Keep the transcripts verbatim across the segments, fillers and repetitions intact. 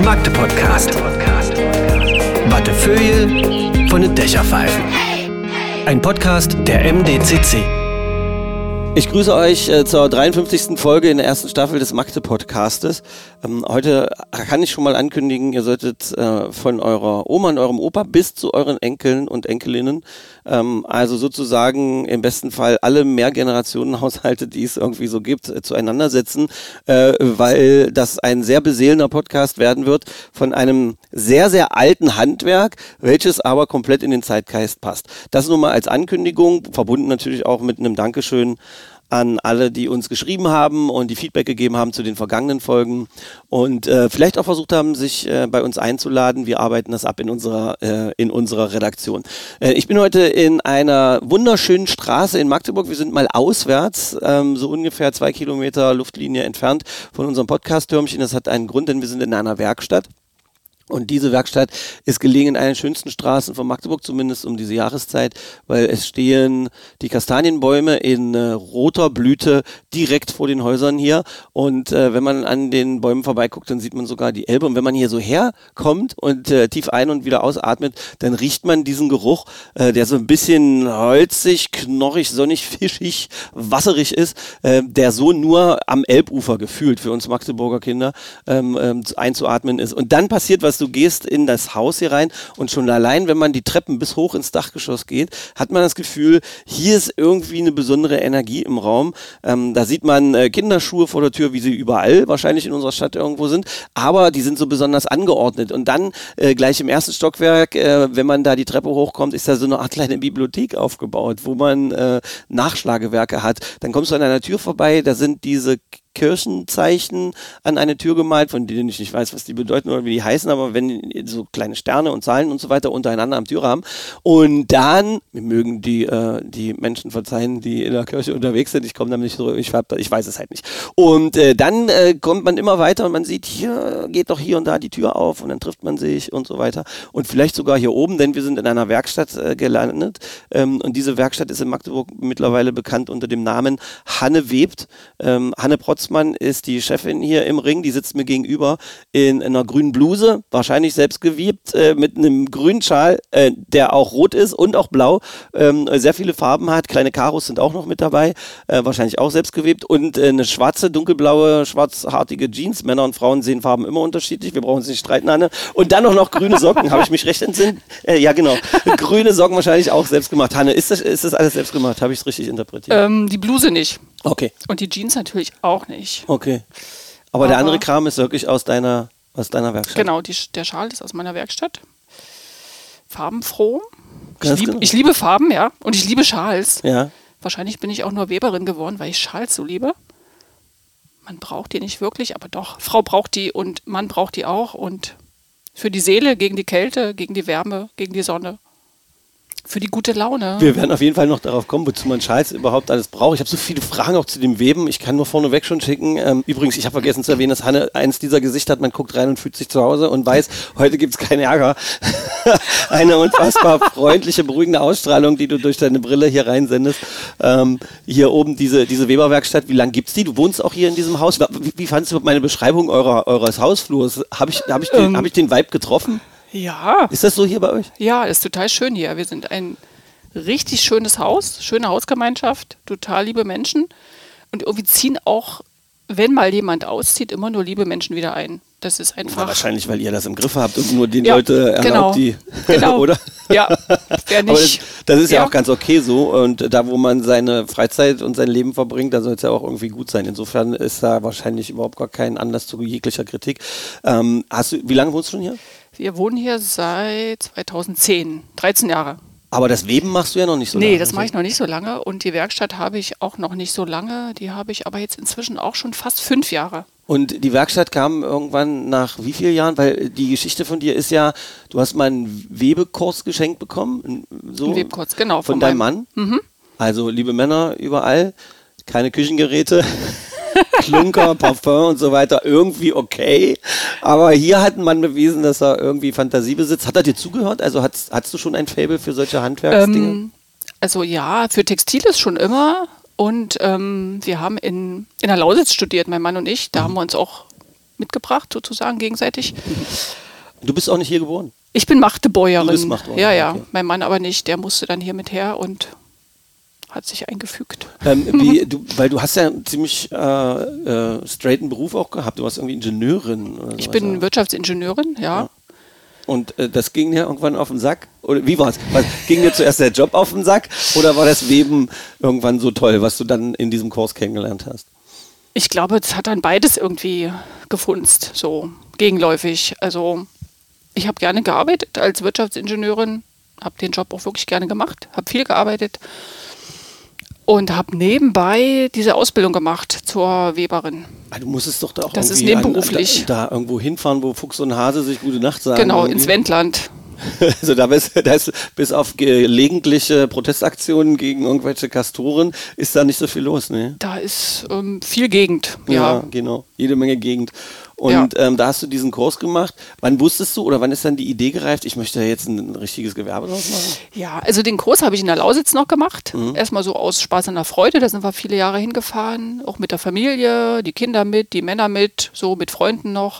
Magde-Podcast. Wattefeuille von den Dächerpfeifen. Ein Podcast der M D C C. Ich grüße euch äh, zur dreiundfünfzigsten Folge in der ersten Staffel des Magde-Podcastes. Ähm, heute kann ich schon mal ankündigen, ihr solltet äh, von eurer Oma und eurem Opa bis zu euren Enkeln und Enkelinnen, ähm, also sozusagen im besten Fall alle Mehrgenerationenhaushalte, die es irgendwie so gibt, äh, zueinander setzen, äh, weil das ein sehr beseelender Podcast werden wird von einem sehr, sehr alten Handwerk, welches aber komplett in den Zeitgeist passt. Das nur mal als Ankündigung, verbunden natürlich auch mit einem Dankeschön an alle, die uns geschrieben haben und die Feedback gegeben haben zu den vergangenen Folgen und äh, vielleicht auch versucht haben, sich äh, bei uns einzuladen. Wir arbeiten das ab in unserer, äh, in unserer Redaktion. Äh, ich bin heute in einer wunderschönen Straße in Magdeburg. Wir sind mal auswärts, ähm, so ungefähr zwei Kilometer Luftlinie entfernt von unserem Podcast-Türmchen. Das hat einen Grund, denn wir sind in einer Werkstatt. Und diese Werkstatt ist gelegen in einer der schönsten Straßen von Magdeburg, zumindest um diese Jahreszeit, weil es stehen die Kastanienbäume in äh, roter Blüte direkt vor den Häusern hier. Und äh, wenn man an den Bäumen vorbeiguckt, dann sieht man sogar die Elbe. Und wenn man hier so herkommt und äh, tief ein- und wieder ausatmet, dann riecht man diesen Geruch, äh, der so ein bisschen holzig, knorrig, sonnig, fischig, wasserig ist, äh, der so nur am Elbufer gefühlt für uns Magdeburger Kinder ähm, ähm, einzuatmen ist. Und dann passiert was. Du gehst in das Haus hier rein und schon allein, wenn man die Treppen bis hoch ins Dachgeschoss geht, hat man das Gefühl, hier ist irgendwie eine besondere Energie im Raum. Ähm, da sieht man äh, Kinderschuhe vor der Tür, wie sie überall wahrscheinlich in unserer Stadt irgendwo sind, aber die sind so besonders angeordnet. Und dann äh, gleich im ersten Stockwerk, äh, wenn man da die Treppe hochkommt, ist da so eine Art kleine Bibliothek aufgebaut, wo man äh, Nachschlagewerke hat. Dann kommst du an einer Tür vorbei, da sind diese Kirchenzeichen an eine Tür gemalt, von denen ich nicht weiß, was die bedeuten oder wie die heißen, aber wenn so kleine Sterne und Zahlen und so weiter untereinander am Türrahmen. Und dann, wir mögen die, äh, die Menschen verzeihen, die in der Kirche unterwegs sind, ich komme da nicht so, ich, hab, ich weiß es halt nicht. Und äh, dann äh, kommt man immer weiter und man sieht, hier geht doch hier und da die Tür auf und dann trifft man sich und so weiter. Und vielleicht sogar hier oben, denn wir sind in einer Werkstatt äh, gelandet ähm, und diese Werkstatt ist in Magdeburg mittlerweile bekannt unter dem Namen Hanne Webt. Ähm, Hanne Protz ist die Chefin hier im Ring, die sitzt mir gegenüber in einer grünen Bluse, wahrscheinlich selbst gewebt, äh, mit einem grünen Schal, äh, der auch rot ist und auch blau, ähm, sehr viele Farben hat, kleine Karos sind auch noch mit dabei, äh, wahrscheinlich auch selbst gewebt und äh, eine schwarze, dunkelblaue, schwarzhaartige Jeans. Männer und Frauen sehen Farben immer unterschiedlich, wir brauchen uns nicht streiten, Anne. Und dann auch noch grüne Socken, habe ich mich recht entsinnt? Äh, ja, genau. Grüne Socken wahrscheinlich auch selbst gemacht. Hanne, ist das, ist das alles selbst gemacht? Habe ich es richtig interpretiert? Ähm, die Bluse nicht. Okay. Und die Jeans natürlich auch nicht. Okay. Aber, Aber der andere Kram ist wirklich aus deiner, aus deiner Werkstatt? Genau, die, der Schal ist aus meiner Werkstatt. Farbenfroh. Ich, lieb, genau. ich liebe Farben, ja. Und ich liebe Schals. Ja. Wahrscheinlich bin ich auch nur Weberin geworden, weil ich Schals so liebe. Man braucht die nicht wirklich, aber doch. Frau braucht die und Mann braucht die auch. Und für die Seele, gegen die Kälte, gegen die Wärme, gegen die Sonne. Für die gute Laune. Wir werden auf jeden Fall noch darauf kommen, wozu man Schals überhaupt alles braucht. Ich habe so viele Fragen auch zu dem Weben. Ich kann nur vorneweg schon schicken. Ähm, übrigens, ich habe vergessen zu erwähnen, dass Hanne eins dieser Gesichter hat. Man guckt rein und fühlt sich zu Hause und weiß, heute gibt es keinen Ärger. Eine unfassbar freundliche, beruhigende Ausstrahlung, die du durch deine Brille hier reinsendest. Ähm, hier oben diese, diese Weberwerkstatt. Wie lange gibt es die? Du wohnst auch hier in diesem Haus. Wie, wie fandest du meine Beschreibung eurer, eures Hausflurs? Habe ich, hab ich, den, ähm. hab ich den Vibe getroffen? Ja. Ist das so hier bei euch? Ja, ist total schön hier. Wir sind ein richtig schönes Haus, schöne Hausgemeinschaft, total liebe Menschen. Und irgendwie ziehen auch, wenn mal jemand auszieht, immer nur liebe Menschen wieder ein. Das ist einfach... Ja, wahrscheinlich, weil ihr das im Griff habt und nur die ja, Leute erlaubt, genau, die... Genau. Oder? Ja, wer nicht. Aber das, das ist ja. ja auch ganz okay so. Und da, wo man seine Freizeit und sein Leben verbringt, da soll es ja auch irgendwie gut sein. Insofern ist da wahrscheinlich überhaupt gar kein Anlass zu jeglicher Kritik. Ähm, hast du, wie lange wohnst du schon hier? Wir wohnen hier seit zweitausendzehn, dreizehn Jahre. Aber das Weben machst du ja noch nicht so lange. Nee, das mache ich noch nicht so lange. Und die Werkstatt habe ich auch noch nicht so lange. Die habe ich aber jetzt inzwischen auch schon fast fünf Jahre. Und die Werkstatt kam irgendwann nach wie vielen Jahren? Weil die Geschichte von dir ist ja, du hast mal einen Webekurs geschenkt bekommen. So, ein Webekurs, genau. Von, von deinem Mann. Mhm. Also liebe Männer überall, keine Küchengeräte. Klunker, Parfum und so weiter, irgendwie okay. Aber hier hat ein Mann bewiesen, dass er irgendwie Fantasie besitzt. Hat er dir zugehört? Also hast, hast du schon ein Faible für solche Handwerksdinge? Ähm, also ja, für Textiles schon immer. Und ähm, wir haben in, in der Lausitz studiert, mein Mann und ich. Da mhm. haben wir uns auch mitgebracht, sozusagen gegenseitig. Du bist auch nicht hier geboren? Ich bin Magdeburgerin. Du bist Magdeburgerin, ja, ja. okay. Mein Mann aber nicht. Der musste dann hier mit her und hat sich eingefügt. Ähm, wie, du, weil du hast ja einen ziemlich äh, äh, straighten Beruf auch gehabt. Du warst irgendwie Ingenieurin. Oder Ich sowas, bin ja. Wirtschaftsingenieurin, ja. Ja. Und äh, das ging dir irgendwann auf den Sack? Oder wie war's? Was, ging dir zuerst der Job auf den Sack? Oder war das Weben irgendwann so toll, was du dann in diesem Kurs kennengelernt hast? Ich glaube, es hat dann beides irgendwie gefunzt, so gegenläufig. Also ich habe gerne gearbeitet als Wirtschaftsingenieurin, habe den Job auch wirklich gerne gemacht, habe viel gearbeitet und habe nebenbei diese Ausbildung gemacht zur Weberin. Ah, du musstest doch da auch Das ist irgendwie nebenberuflich. An, da, da irgendwo hinfahren, wo Fuchs und Hase sich gute Nacht sagen. Genau, irgendwie. ins Wendland. Also da bist, da ist, bis auf gelegentliche Protestaktionen gegen irgendwelche Kastoren ist da nicht so viel los, ne? Da ist ähm, viel Gegend, Ja, ja. genau. Jede Menge Gegend. Und Ja. ähm, da hast du diesen Kurs gemacht. Wann wusstest du oder wann ist dann die Idee gereift, ich möchte ja jetzt ein, ein richtiges Gewerbe draus machen? Ja, also den Kurs habe ich in der Lausitz noch gemacht. Mhm. Erstmal so aus Spaß an der Freude. Da sind wir viele Jahre hingefahren. Auch mit der Familie, die Kinder mit, die Männer mit, so mit Freunden noch.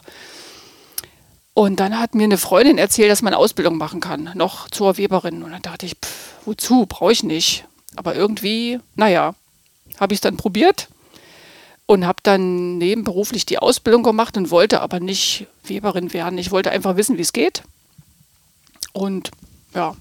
Und dann hat mir eine Freundin erzählt, dass man eine Ausbildung machen kann, noch zur Weberin. Und dann dachte ich, pff, wozu, brauche ich nicht. Aber irgendwie, naja, habe ich es dann probiert und habe dann nebenberuflich die Ausbildung gemacht und wollte aber nicht Weberin werden. Ich wollte einfach wissen, wie es geht. Und ja,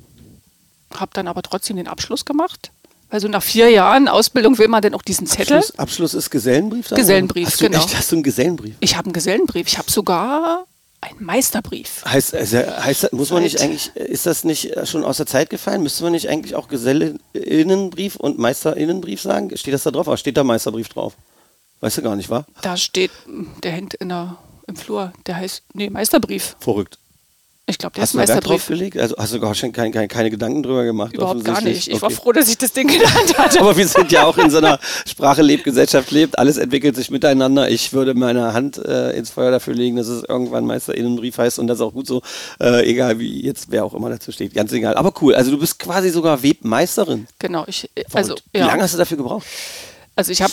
habe dann aber trotzdem den Abschluss gemacht. Also nach vier Jahren Ausbildung will man dann auch diesen Zettel. Abschluss, Abschluss ist Gesellenbrief? Dann, Gesellenbrief, hast du, genau. Echt, hast du einen Gesellenbrief? Ich habe einen Gesellenbrief. Ich habe sogar einen Meisterbrief. Heißt, also, heißt, muss man nicht Seit- eigentlich, ist das nicht schon aus der Zeit gefallen? Müsste man nicht eigentlich auch Gesellinnenbrief und Meisterinnenbrief sagen? Steht das da drauf? Aber steht da Meisterbrief drauf? Weißt du gar nicht, wa? Da steht, der hängt in der, im Flur. Der heißt, nee, Meisterbrief. Verrückt. Ich glaube, der Hast ist du da Wert Meisterbrief. drauf gelegt? Also hast du gar schon keine, keine, keine Gedanken drüber gemacht? Überhaupt gar offensichtlich? nicht. Ich war Okay. froh, dass ich das Ding gelernt hatte. Aber wir sind ja auch in so einer Sprache lebt, Gesellschaft lebt, alles entwickelt sich miteinander. Ich würde meine Hand äh, ins Feuer dafür legen, dass es irgendwann Meisterinnenbrief heißt und das ist auch gut so, äh, egal wie jetzt, wer auch immer dazu steht, ganz egal. Aber cool, also du bist quasi sogar Webmeisterin. Genau, ich, also, Verrückt. Wie ja. lange hast du dafür gebraucht? Also ich habe,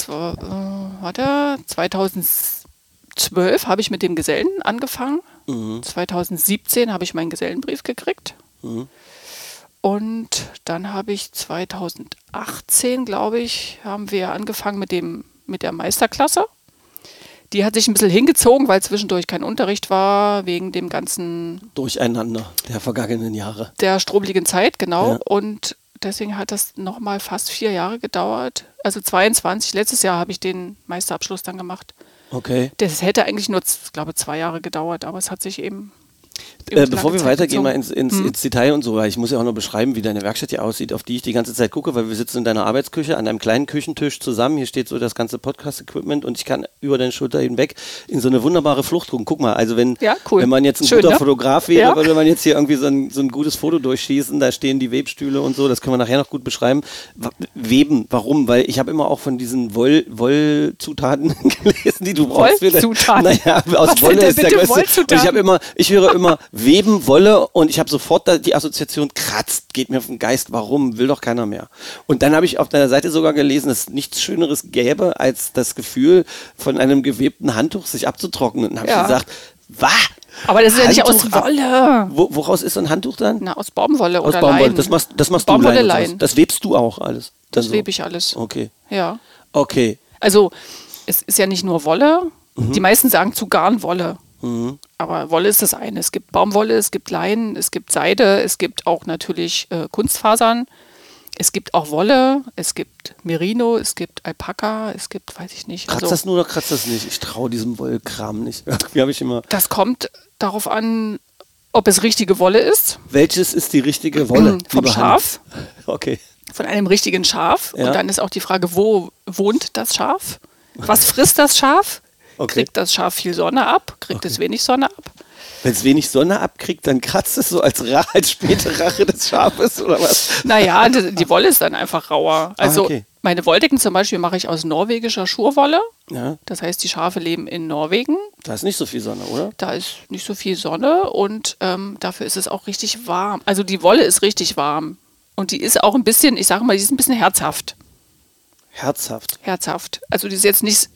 äh, warte, zweitausendzwölf habe ich mit dem Gesellen angefangen. Mhm. zweitausendsiebzehn habe ich meinen Gesellenbrief gekriegt. Mhm. Und dann habe ich zweitausendachtzehn, glaube ich, haben wir angefangen mit, dem, mit der Meisterklasse. Die hat sich ein bisschen hingezogen, weil zwischendurch kein Unterricht war, wegen dem ganzen, Durcheinander der vergangenen Jahre. der strubeligen Zeit, genau. Ja. Und deswegen hat das nochmal fast vier Jahre gedauert. Also zweiundzwanzig, letztes Jahr habe ich den Meisterabschluss dann gemacht. Okay. Das hätte eigentlich nur, ich glaube, zwei Jahre gedauert, aber es hat sich eben. Äh, eben bevor lange wir Zeit weitergehen, gezogen. mal ins, ins, Hm. ins Detail und so, weil ich muss ja auch noch beschreiben, wie deine Werkstatt hier aussieht, auf die ich die ganze Zeit gucke, weil wir sitzen in deiner Arbeitsküche an einem kleinen Küchentisch zusammen. Hier steht so das ganze Podcast-Equipment und ich kann über deine Schulter hinweg in so eine wunderbare Flucht gucken. Guck mal, also wenn, Ja, cool. wenn man jetzt ein Schön, guter ne? Fotograf wäre, Ja. würde man jetzt hier irgendwie so ein, so ein gutes Foto durchschießen, da stehen die Webstühle und so, das können wir nachher noch gut beschreiben. W- Weben, warum? Weil ich habe immer auch von diesen Woll, Wollzutaten gelesen, die du brauchst. für das- Wollzutaten? Naja, aus Was Wolle sind denn ist der bitte größte. Und ich Wollzutaten? habe immer, ich höre immer Weben, Wolle und ich habe sofort da die Assoziation, kratzt, geht mir auf den Geist, warum, will doch keiner mehr. Und dann habe ich auf deiner Seite sogar gelesen, dass es nichts Schöneres gäbe, als das Gefühl, von einem gewebten Handtuch sich abzutrocknen. Und dann habe Ja. ich gesagt, was? Aber das ist ja nicht aus Handtuch ab- Wolle. Wo, woraus ist so ein Handtuch dann? Na, aus Baumwolle Aus oder Baumwolle. Leinen. Das machst, das machst Baumwolle, du Leinen und Leinen. sowas. Das webst du auch alles. Dann Das so. webe ich alles. Okay. Ja. Okay. Also, es ist ja nicht nur Wolle. Mhm. Die meisten sagen zu Garnwolle. Aber Wolle ist das eine. Es gibt Baumwolle, es gibt Leinen, es gibt Seide, es gibt auch natürlich äh, Kunstfasern. Es gibt auch Wolle, es gibt Merino, es gibt Alpaka, es gibt, weiß ich nicht. Kratzt Also, das nur oder kratzt das nicht? Ich traue diesem Wollkram nicht. Wie habe ich immer. das kommt darauf an, ob es richtige Wolle ist. Welches ist die richtige Wolle? Vom lieber Schaf. Hannes? Okay. Von einem richtigen Schaf. Ja. Und dann ist auch die Frage, wo wohnt das Schaf? Was frisst das Schaf? Okay. Kriegt das Schaf viel Sonne ab? Kriegt es wenig Sonne ab? Wenn es wenig Sonne abkriegt, dann kratzt es so als, Ra als späte Rache des Schafes oder was? Naja, die, die Wolle ist dann einfach rauer. Also Ah, okay. meine Wolldecken zum Beispiel mache ich aus norwegischer Schurwolle. Ja, Das heißt, die Schafe leben in Norwegen. da ist nicht so viel Sonne, oder? Da ist nicht so viel Sonne und ähm, dafür ist es auch richtig warm. Also die Wolle ist richtig warm. Und die ist auch ein bisschen, ich sage mal, die ist ein bisschen herzhaft. Herzhaft. Herzhaft. Also die ist jetzt nicht,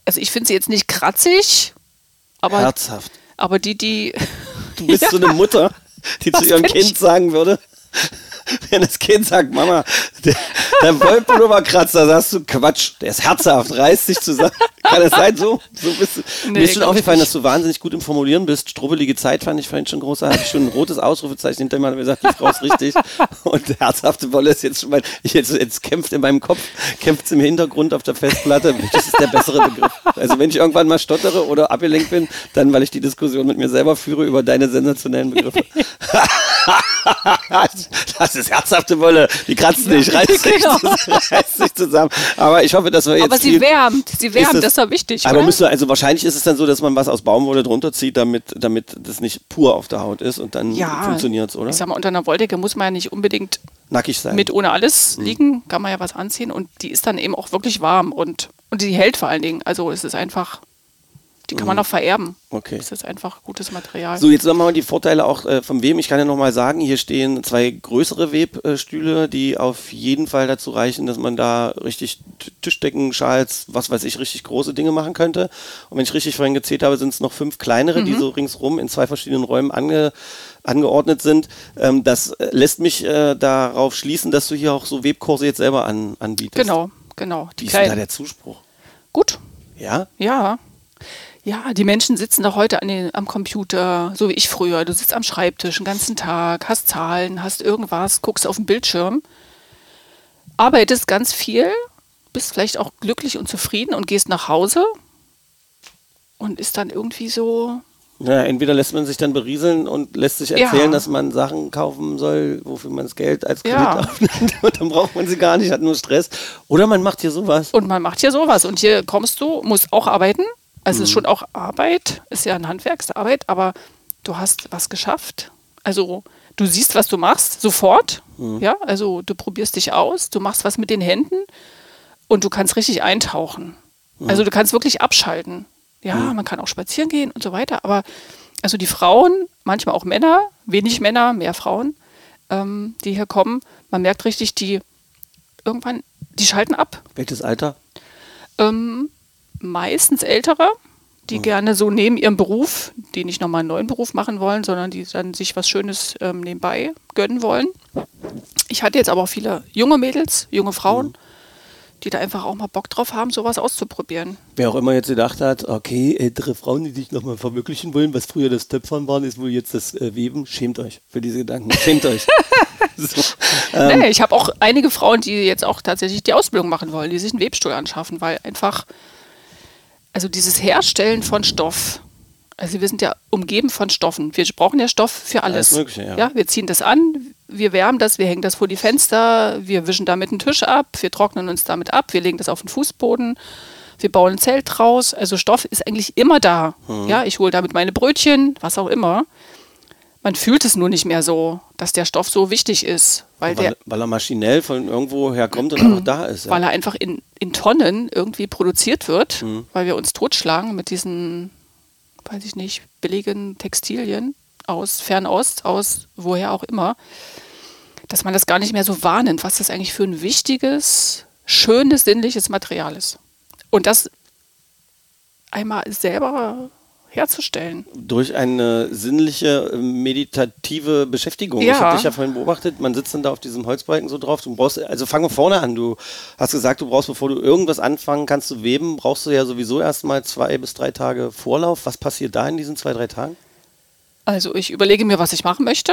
also ich finde sie jetzt nicht kratzig, aber, Herzhaft. aber die, die... Du bist ja. so eine Mutter, die zu ihrem Kind ich? sagen würde, wenn das Kind sagt, Mama, der, der Wollpulloverkratzer, sagst du, Quatsch, der ist herzhaft, reißt sich zusammen. Kann das sein? So, so bist du. Nee, mir ist schon aufgefallen, dass du wahnsinnig gut im Formulieren bist. Strubbelige Zeit fand ich vorhin schon großartig. Schon ein rotes Ausrufezeichen hinter mir, gesagt, die Frau ist richtig. Und herzhafte Wolle ist jetzt schon mal, jetzt, jetzt kämpft in meinem Kopf, kämpft es im Hintergrund auf der Festplatte. Das ist der bessere Begriff. Also wenn ich irgendwann mal stottere oder abgelenkt bin, dann, weil ich die Diskussion mit mir selber führe über deine sensationellen Begriffe. Das ist herzhafte Wolle, die kratzt nicht, ja, reißt, genau. sich, reißt sich zusammen. Aber ich hoffe, dass wir jetzt. Aber sie wärmt, sie wärmt, das, das ist doch wichtig. Aber müsste, also wahrscheinlich ist es dann so, dass man was aus Baumwolle drunter zieht, damit, damit das nicht pur auf der Haut ist und dann ja, funktioniert es, oder? Ich sag mal, unter einer Wolldecke muss man ja nicht unbedingt nackig sein. Mit ohne alles mhm. liegen, kann man ja was anziehen und die ist dann eben auch wirklich warm und, und die hält vor allen Dingen. Also es ist einfach. Die kann man auch vererben. Okay. Das ist einfach gutes Material. So, jetzt nochmal die Vorteile auch äh, vom Weben. Ich kann ja nochmal sagen, hier stehen zwei größere Webstühle, die auf jeden Fall dazu reichen, dass man da richtig Tischdecken, Schals, was weiß ich, richtig große Dinge machen könnte. Und wenn ich richtig vorhin gezählt habe, sind es noch fünf kleinere, mhm. die so ringsrum in zwei verschiedenen Räumen ange, angeordnet sind. Ähm, das lässt mich äh, darauf schließen, dass du hier auch so Webkurse jetzt selber an, anbietest. Genau, genau. Die Wie ist denn da der Zuspruch? Gut. Ja? Ja. Ja, die Menschen sitzen doch heute an den, am Computer, so wie ich früher. Du sitzt am Schreibtisch den ganzen Tag, hast Zahlen, hast irgendwas, guckst auf den Bildschirm, arbeitest ganz viel, bist vielleicht auch glücklich und zufrieden und gehst nach Hause und ist dann irgendwie so... Ja, entweder lässt man sich dann berieseln und lässt sich erzählen, ja. dass man Sachen kaufen soll, wofür man das Geld als Kredit ja. aufnimmt und dann braucht man sie gar nicht, hat nur Stress. Oder man macht hier sowas. Und man macht hier sowas und hier kommst du, musst auch arbeiten. Also es ist schon auch Arbeit, ist ja eine Handwerksarbeit, aber du hast was geschafft. Also du siehst, was du machst, sofort. Mhm. Ja, also du probierst dich aus, du machst was mit den Händen und du kannst richtig eintauchen. Mhm. Also du kannst wirklich abschalten. Ja, mhm. man kann auch spazieren gehen und so weiter, aber also die Frauen, manchmal auch Männer, wenig Männer, mehr Frauen, ähm, die hier kommen, man merkt richtig, die irgendwann, die schalten ab. Welches Alter? Ähm, meistens Ältere, die mhm. gerne so neben ihrem Beruf, die nicht nochmal einen neuen Beruf machen wollen, sondern die dann sich was Schönes ähm, nebenbei gönnen wollen. Ich hatte jetzt aber auch viele junge Mädels, junge Frauen, mhm. die da einfach auch mal Bock drauf haben, sowas auszuprobieren. Wer auch immer jetzt gedacht hat, okay, ältere Frauen, die sich nochmal verwirklichen wollen, was früher das Töpfern waren, ist wohl jetzt das äh, Weben. Schämt euch für diese Gedanken. Schämt euch. So, ähm. nee, ich habe auch einige Frauen, die jetzt auch tatsächlich die Ausbildung machen wollen, die sich einen Webstuhl anschaffen, weil einfach also dieses Herstellen von Stoff, also wir sind ja umgeben von Stoffen. Wir brauchen ja Stoff für alles. Alles Mögliche, ja. Ja, wir ziehen das an, wir wärmen das, wir hängen das vor die Fenster, wir wischen damit einen Tisch ab, wir trocknen uns damit ab, wir legen das auf den Fußboden, wir bauen ein Zelt raus. Also Stoff ist eigentlich immer da. Mhm. Ja, ich hole damit meine Brötchen, was auch immer. Man fühlt es nur nicht mehr so, dass der Stoff so wichtig ist. Weil, weil, der, weil er maschinell von irgendwo herkommt und einfach da ist. Ja. Weil er einfach in, in Tonnen irgendwie produziert wird, mhm. weil wir uns totschlagen mit diesen, weiß ich nicht, billigen Textilien aus Fernost, aus woher auch immer, dass man das gar nicht mehr so wahrnimmt, was das eigentlich für ein wichtiges, schönes, sinnliches Material ist. Und das einmal selber herzustellen. Durch eine sinnliche, meditative Beschäftigung. Ja. Ich habe dich ja vorhin beobachtet, man sitzt dann da auf diesem Holzbalken so drauf. Du brauchst, also fangen wir vorne an. Du hast gesagt, du brauchst, bevor du irgendwas anfangen kannst zu weben, brauchst du ja sowieso erstmal zwei bis drei Tage Vorlauf. Was passiert da in diesen zwei, drei Tagen? Also ich überlege mir, was ich machen möchte.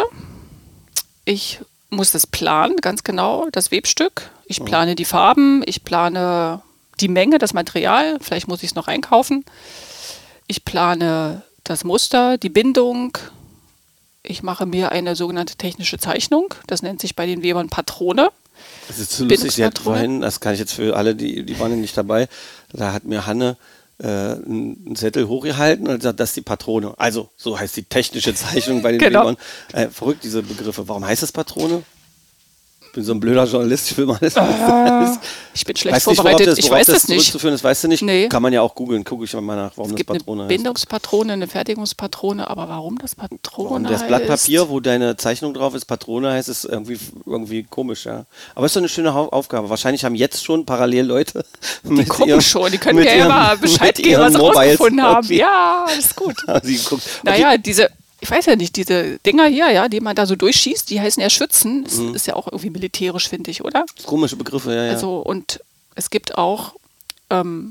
Ich muss das planen, ganz genau, das Webstück. Ich plane die Farben, ich plane die Menge, das Material. Vielleicht muss ich es noch einkaufen. Ich plane das Muster, die Bindung. Ich mache mir eine sogenannte technische Zeichnung. Das nennt sich bei den Webern Patrone. Das ist so lustig, sie hat vorhin, das kann ich jetzt für alle, die, die waren nicht dabei, da hat mir Hanne äh, einen Zettel hochgehalten und gesagt, das ist die Patrone. Also, so heißt die technische Zeichnung bei den genau. Webern. Äh, verrückt, diese Begriffe. Warum heißt das Patrone? bin so ein blöder Journalist, ich will mal das. Äh, ich bin schlecht Weiß nicht, vorbereitet, das, ich weiß das das nicht. zurückzuführen ist, weißt du nicht? Nee. Kann man ja auch googeln, gucke ich mal nach, warum Es das gibt Patrone eine heißt. Bindungspatrone, eine Fertigungspatrone, aber warum das Patrone Und das heißt? Blatt Papier, wo deine Zeichnung drauf ist, Patrone heißt, ist irgendwie, irgendwie komisch, ja. Aber ist doch eine schöne Hau- Aufgabe. Wahrscheinlich haben jetzt schon parallel Leute Die gucken schon, die können mir ja mal Bescheid geben, was sie rausgefunden haben. Ja, alles gut. Sie guckt. Okay. Naja, diese, ich weiß ja nicht, diese Dinger hier, ja, die man da so durchschießt, die heißen ja Schützen. Das Mhm. ist ja auch irgendwie militärisch, finde ich, oder? Komische Begriffe, ja, ja. Also, und es gibt auch ähm,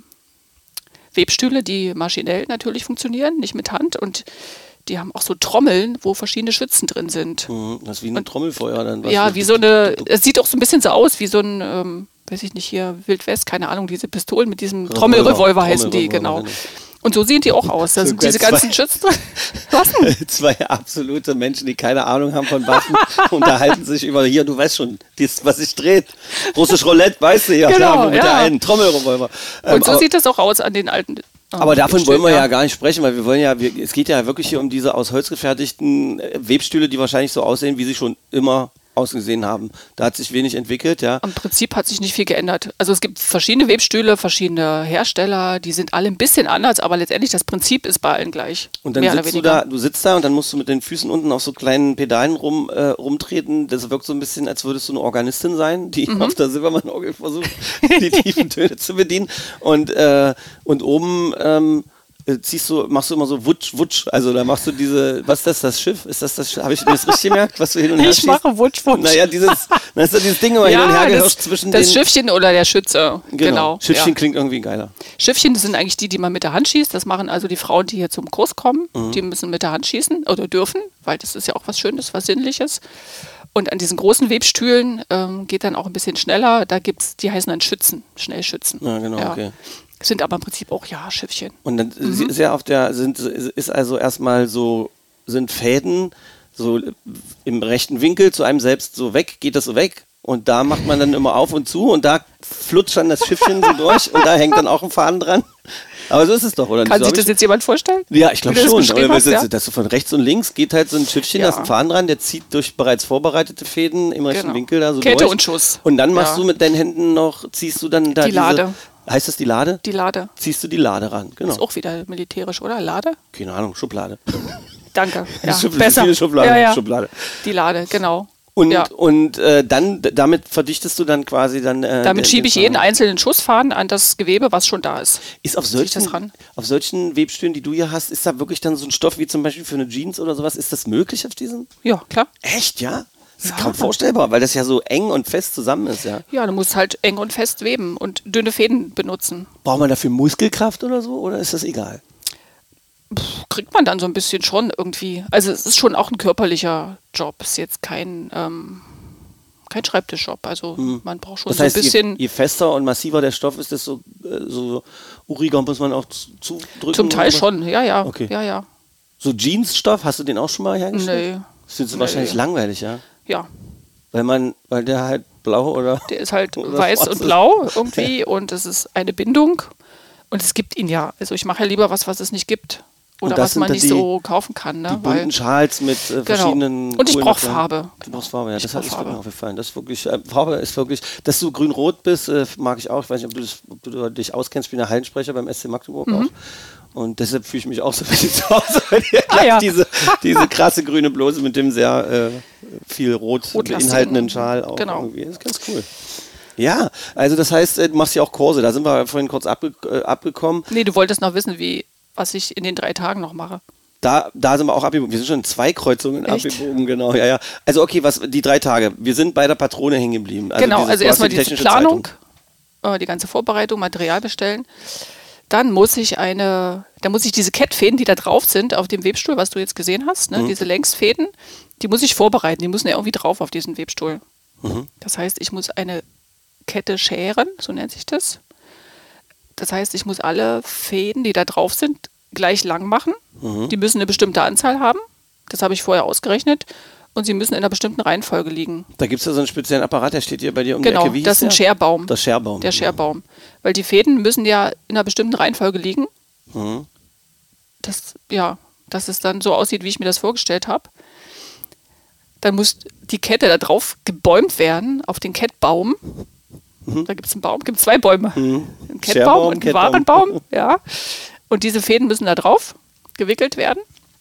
Webstühle, die maschinell natürlich funktionieren, nicht mit Hand. Und die haben auch so Trommeln, wo verschiedene Schützen drin sind. Mhm. Das ist wie ein Trommelfeuer dann. Was Ja, so- wie so eine, es sieht auch so ein bisschen so aus, wie so ein, ähm, weiß ich nicht, hier Wildwest, keine Ahnung, diese Pistolen mit diesem Revolver. Trommelrevolver heißen die, Trommelrevolver, genau. genau. Und so sehen die auch aus. Da So sind diese zwei- ganzen Schützen drin. Was denn? Zwei absolute Menschen, die keine Ahnung haben von Waffen, unterhalten sich über, hier, du weißt schon, dies, was sich dreht. Russisch Roulette, weißt du, ja, Genau, klar, mit ja. der einen Trommelrevolver. Ähm, Und so aber, sieht das auch aus an den alten. ähm, aber davon wollen wir Webstühlen, ja gar nicht sprechen, weil wir wollen ja, wir, es geht ja wirklich hier um diese aus Holz gefertigten äh, Webstühle, die wahrscheinlich so aussehen, wie sie schon immer ausgesehen haben. Da hat sich wenig entwickelt, ja. Im Prinzip hat sich nicht viel geändert. Also es gibt verschiedene Webstühle, verschiedene Hersteller, die sind alle ein bisschen anders, aber letztendlich das Prinzip ist bei allen gleich. Und dann mehr oder sitzt du weniger. da, du sitzt da und dann musst du mit den Füßen unten auf so kleinen Pedalen rum, äh, rumtreten. Das wirkt so ein bisschen, als würdest du eine Organistin sein, die Mhm. auf der Silbermann-Orgel versucht, die tiefen Töne zu bedienen. Und, äh, und oben ähm, äh, ziehst du, machst du immer so wutsch, wutsch. Also da machst du diese, was ist das, das Schiff? Ist das das Schiff? Habe ich mir das richtig gemerkt, was du hin und her Ich schießt? mache Wutsch, Wutsch. Naja, dieses, das ist so dieses Ding immer hin und her gehirscht zwischen das den... Schiffchen oder der Schütze. Genau, Genau. Schiffchen ja. klingt irgendwie geiler. Schiffchen, das sind eigentlich die, die man mit der Hand schießt. Das machen also die Frauen, die hier zum Kurs kommen. Mhm. Die müssen mit der Hand schießen oder dürfen, weil das ist ja auch was Schönes, was Sinnliches. Und an diesen großen Webstühlen ähm, geht dann auch ein bisschen schneller. Da gibt's, die heißen dann Schützen, Schnellschützen. Ja, genau, okay. Sind aber im Prinzip auch, ja, Schiffchen. Und dann Mhm. ist ja auf der, sind, ist also erstmal so, sind Fäden so im rechten Winkel zu einem selbst so weg, geht das so weg und da macht man dann immer auf und zu und da flutscht dann das Schiffchen so durch und da hängt dann auch ein Faden dran. Aber so ist es doch, oder? Kann So sich hab das ich- jetzt jemand vorstellen? Ja, ich glaube Wie du das schon. beschrieben Oder hast, das, ja? dass du von rechts und links geht halt so ein Schiffchen, da ist Ja. ein Faden dran, der zieht durch bereits vorbereitete Fäden im rechten Genau. Winkel da so Kälte durch. und Schuss. Und dann machst Ja. du mit deinen Händen noch, ziehst du dann da Die diese, Lade. Heißt das die Lade? Die Lade. Ziehst du die Lade ran, genau. Ist auch wieder militärisch, oder? Lade? Keine Ahnung, Schublade. Danke. Ja, Schub- besser. Viele Schubladen, ja, ja. Schublade. Die Lade, genau. Und, ja. und äh, dann, d- damit verdichtest du dann quasi dann. Äh, Damit den- schiebe den ich jeden Faden. einzelnen Schussfaden an das Gewebe, was schon da ist. Ist auf Zieh ich solchen, das ran? auf solchen Webstühlen, die du hier hast, ist da wirklich dann so ein Stoff wie zum Beispiel für eine Jeans oder sowas? Ist das möglich auf diesen? Ja, klar. Echt, ja? Das ist Ja. kaum vorstellbar, weil das ja so eng und fest zusammen ist, ja. Ja, du musst halt eng und fest weben und dünne Fäden benutzen. Braucht man dafür Muskelkraft oder so? Oder ist das egal? Kriegt man dann so ein bisschen schon irgendwie. Also es ist schon auch ein körperlicher Job. Es ist jetzt kein, ähm, kein Schreibtischjob. Also man braucht schon Hm. Das heißt, so ein bisschen. je, je fester und massiver der Stoff ist, desto äh, so uriger muss man auch zu- zudrücken? Zum Teil oder was? schon, ja, ja. Okay. Ja, ja. So Jeansstoff, hast du den auch schon mal hergestellt? Nee. Das findest du Nee. wahrscheinlich langweilig, ja? Ja. Weil man, weil der halt blau oder. Der ist halt Oder weiß schwarz und ist. blau irgendwie und es ist eine Bindung. Und es gibt ihn ja. Also ich mache ja lieber was, was es nicht gibt. Und Oder das was sind man dann nicht die- so kaufen kann. Ne? Die bunten Weil, Schals mit äh, verschiedenen. Und ich coolen brauch Farben. Farbe. Du brauchst Farbe, ja. Ich Das brauch hat ist mir Farbe. aufgefallen. Das ist wirklich, äh, Farbe ist wirklich, dass du grün-rot bist, äh, mag ich auch. Ich weiß nicht, ob du, das, ob du dich auskennst. Ich bin der Hallensprecher beim S C Magdeburg auch. Und deshalb fühle ich mich auch so ein bisschen zu Hause, weil ihr Mhm. Ah, ja. diese, diese krasse grüne Bluse mit dem sehr äh, viel rot Rotlastigen. beinhaltenden Schal auch Genau. irgendwie. Das ist ganz cool. Ja, also das heißt, äh, du machst ja auch Kurse. Da sind wir vorhin kurz abge äh, abgekommen. nee, du wolltest noch wissen, wie, was ich in den drei Tagen noch mache. Da, da sind wir auch abgebogen. Wir sind schon in zwei Kreuzungen Echt? abgebogen, genau. Ja, ja. Also okay, was die drei Tage. Wir sind bei der Patrone hängen geblieben. Also genau, dieses- also du hast erstmal die diese technische Planung, Zeitung. äh, die ganze Vorbereitung, Material bestellen. Dann muss ich eine, dann muss ich diese Kettfäden, die da drauf sind, auf dem Webstuhl, was du jetzt gesehen hast, Mhm. ne, diese Längsfäden, die muss ich vorbereiten. Die müssen ja irgendwie drauf auf diesen Webstuhl. Mhm. Das heißt, ich muss eine Kette scheren, so nennt sich das. Das heißt, ich muss alle Fäden, die da drauf sind, gleich lang machen. Mhm. Die müssen eine bestimmte Anzahl haben. Das habe ich vorher ausgerechnet. Und sie müssen in einer bestimmten Reihenfolge liegen. Da gibt es ja so einen speziellen Apparat, der steht hier bei dir um Genau, die Ecke. Wie das ist hieß ein der? Scherbaum. Das Scherbaum. Der Scherbaum. Weil die Fäden müssen ja in einer bestimmten Reihenfolge liegen. Mhm. Das, ja, dass es dann so aussieht, wie ich mir das vorgestellt habe. dann muss die Kette da drauf gebäumt werden, auf den Kettbaum. Mhm. Da gibt es einen Baum, gibt es zwei Bäume. Mhm. Einen Kettbaum und einen Warenbaum. Ja. Und diese Fäden müssen da drauf gewickelt werden.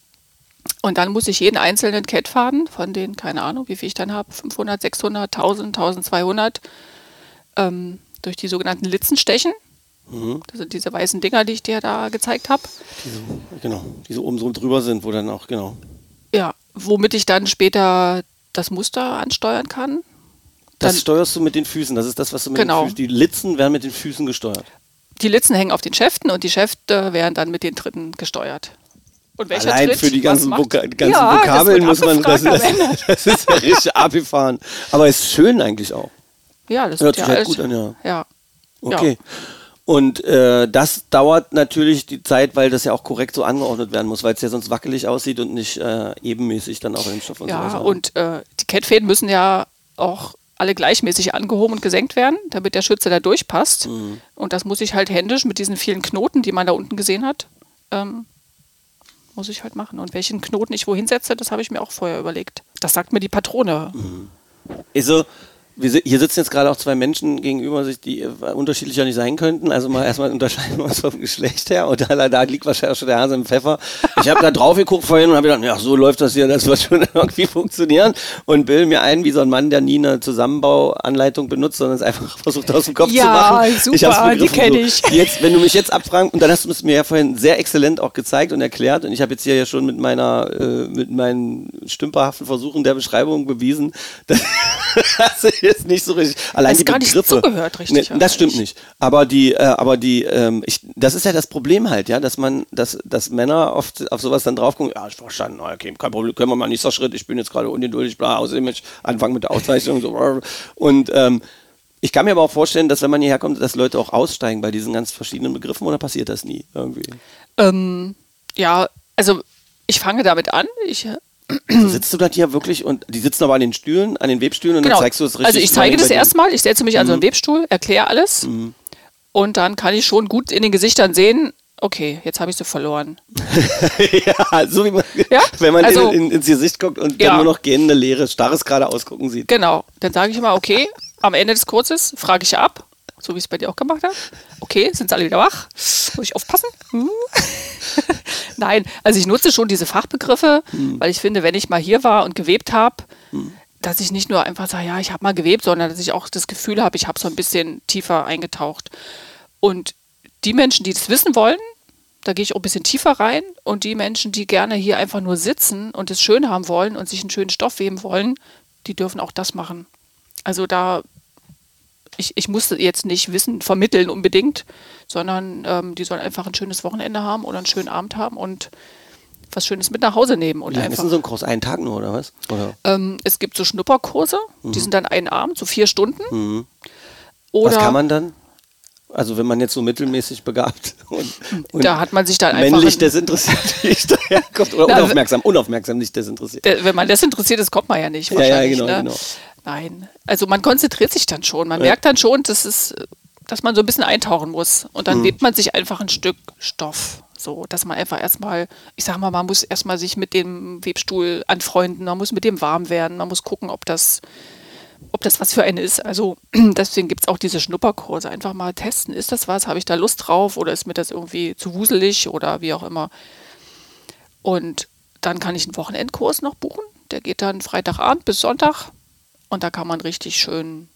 Und dann muss ich jeden einzelnen Kettfaden von den, keine Ahnung, wie viel ich dann habe, fünfhundert, sechshundert, tausend, tausendzweihundert, ähm, durch die sogenannten Litzen stechen. Mhm. Das sind diese weißen Dinger, die ich dir da gezeigt habe. Diese, genau, die so oben so drüber sind, wo dann auch, genau. Ja, womit ich dann später das Muster ansteuern kann. Das dann, steuerst du mit den Füßen, das ist das, was du mit genau. den Füßen, die Litzen werden mit den Füßen gesteuert. Die Litzen hängen auf den Schäften und die Schäfte werden dann mit den Tritten gesteuert. Und welcher Allein Tritt, für die ganzen, Voka ganzen ja, Vokabeln muss man, das, das, das, das ist ja richtig abgefahren. Aber es ist schön eigentlich auch. Ja, das hört ja sich halt alles, gut an, ja. Ja. Okay. Ja. Und äh, das dauert natürlich die Zeit, weil das ja auch korrekt so angeordnet werden muss, weil es ja sonst wackelig aussieht und nicht äh, ebenmäßig dann auch im Stoff und ja, so weiter. Ja, und äh, die Kettfäden müssen ja auch alle gleichmäßig angehoben und gesenkt werden, damit der Schütze da durchpasst. Mhm. Und das muss ich halt händisch mit diesen vielen Knoten, die man da unten gesehen hat, ähm, muss ich halt machen. Und welchen Knoten ich wohin setze, das habe ich mir auch vorher überlegt. Das sagt mir die Patrone. Mhm. Also, wir, hier sitzen jetzt gerade auch zwei Menschen gegenüber sich, die unterschiedlicher nicht sein könnten. Also mal erstmal unterscheiden wir uns vom Geschlecht her. Und da, da liegt wahrscheinlich schon der Hase im Pfeffer. Ich habe da drauf geguckt vorhin und habe gedacht, ja, so läuft das hier, das wird schon irgendwie funktionieren. Und bilde mir ein, wie so ein Mann, der nie eine Zusammenbauanleitung benutzt, sondern es einfach versucht aus dem Kopf ja, zu machen. Ja, super, die kenne ich. So, jetzt, wenn du mich jetzt abfragst, und dann hast du es mir ja vorhin sehr exzellent auch gezeigt und erklärt. Und ich habe jetzt hier ja schon mit meiner, äh, mit meinen stümperhaften Versuchen der Beschreibung bewiesen, dass das ist nicht so richtig. Allein das die gar Begriffe. Nicht zugehört, richtig. Ne, das stimmt nicht. Aber die, äh, aber die, ähm, ich, das ist ja das Problem halt, ja, dass man, dass, dass Männer oft auf sowas dann drauf gucken. Ja, ich verstanden, okay, kein Problem, können wir mal nächster Schritt. Ich bin jetzt gerade ungeduldig, bla, außerdem ich anfangen mit der Auszeichnung so. Und ähm, ich kann mir aber auch vorstellen, dass wenn man hierher kommt, dass Leute auch aussteigen bei diesen ganz verschiedenen Begriffen, oder passiert das nie irgendwie? Ähm, ja, also ich fange damit an. Ich Also sitzt du da hier wirklich und die sitzen aber an den Stühlen, an den Webstühlen und genau. dann zeigst du es richtig. Also ich zeige das erstmal, ich setze mich mhm. an so einen Webstuhl, erkläre alles mhm. und dann kann ich schon gut in den Gesichtern sehen, okay, jetzt habe ich sie verloren. Ja, so wie man, ja? wenn man also, in, in, ins Gesicht guckt und ja. dann nur noch gähnende, leere, starres geradeaus gucken sieht. Genau, dann sage ich immer, okay, am Ende des Kurses frage ich ab, so wie ich es bei dir auch gemacht habe. Okay, sind sie alle wieder wach? Muss ich aufpassen? Hm. Nein, also ich nutze schon diese Fachbegriffe, hm. weil ich finde, wenn ich mal hier war und gewebt habe, hm. dass ich nicht nur einfach sage, ja, ich habe mal gewebt, sondern dass ich auch das Gefühl habe, ich habe so ein bisschen tiefer eingetaucht. Und die Menschen, die das wissen wollen, da gehe ich auch ein bisschen tiefer rein. Und die Menschen, die gerne hier einfach nur sitzen und es schön haben wollen und sich einen schönen Stoff weben wollen, die dürfen auch das machen. Also da Ich, ich musste jetzt nicht Wissen vermitteln unbedingt, sondern ähm, die sollen einfach ein schönes Wochenende haben oder einen schönen Abend haben und was Schönes mit nach Hause nehmen. Und Wie lange einfach, ist denn so ein Kurs? Einen Tag nur, oder was? Oder? Ähm, es gibt so Schnupperkurse, mhm. die sind dann einen Abend, so vier Stunden. Mhm. Oder was kann man dann? Also wenn man jetzt so mittelmäßig begabt und, und da hat man sich dann einfach männlich desinteressiert nicht daherkommt oder Na, unaufmerksam, unaufmerksam nicht desinteressiert. Der, wenn man desinteressiert ist, kommt man ja nicht. Ja, ja, wahrscheinlich, genau, ne? genau. Nein, also man konzentriert sich dann schon. Man ja. merkt dann schon, dass, es, dass man so ein bisschen eintauchen muss. Und dann mhm. webt man sich einfach ein Stück Stoff. So, dass man einfach erstmal, ich sag mal, man muss erstmal sich mit dem Webstuhl anfreunden, man muss mit dem warm werden, man muss gucken, ob das, ob das was für einen ist. Also deswegen gibt es auch diese Schnupperkurse. Einfach mal testen, ist das was, habe ich da Lust drauf oder ist mir das irgendwie zu wuselig oder wie auch immer. Und dann kann ich einen Wochenendkurs noch buchen. Der geht dann Freitagabend bis Sonntag. Und da kann man richtig schön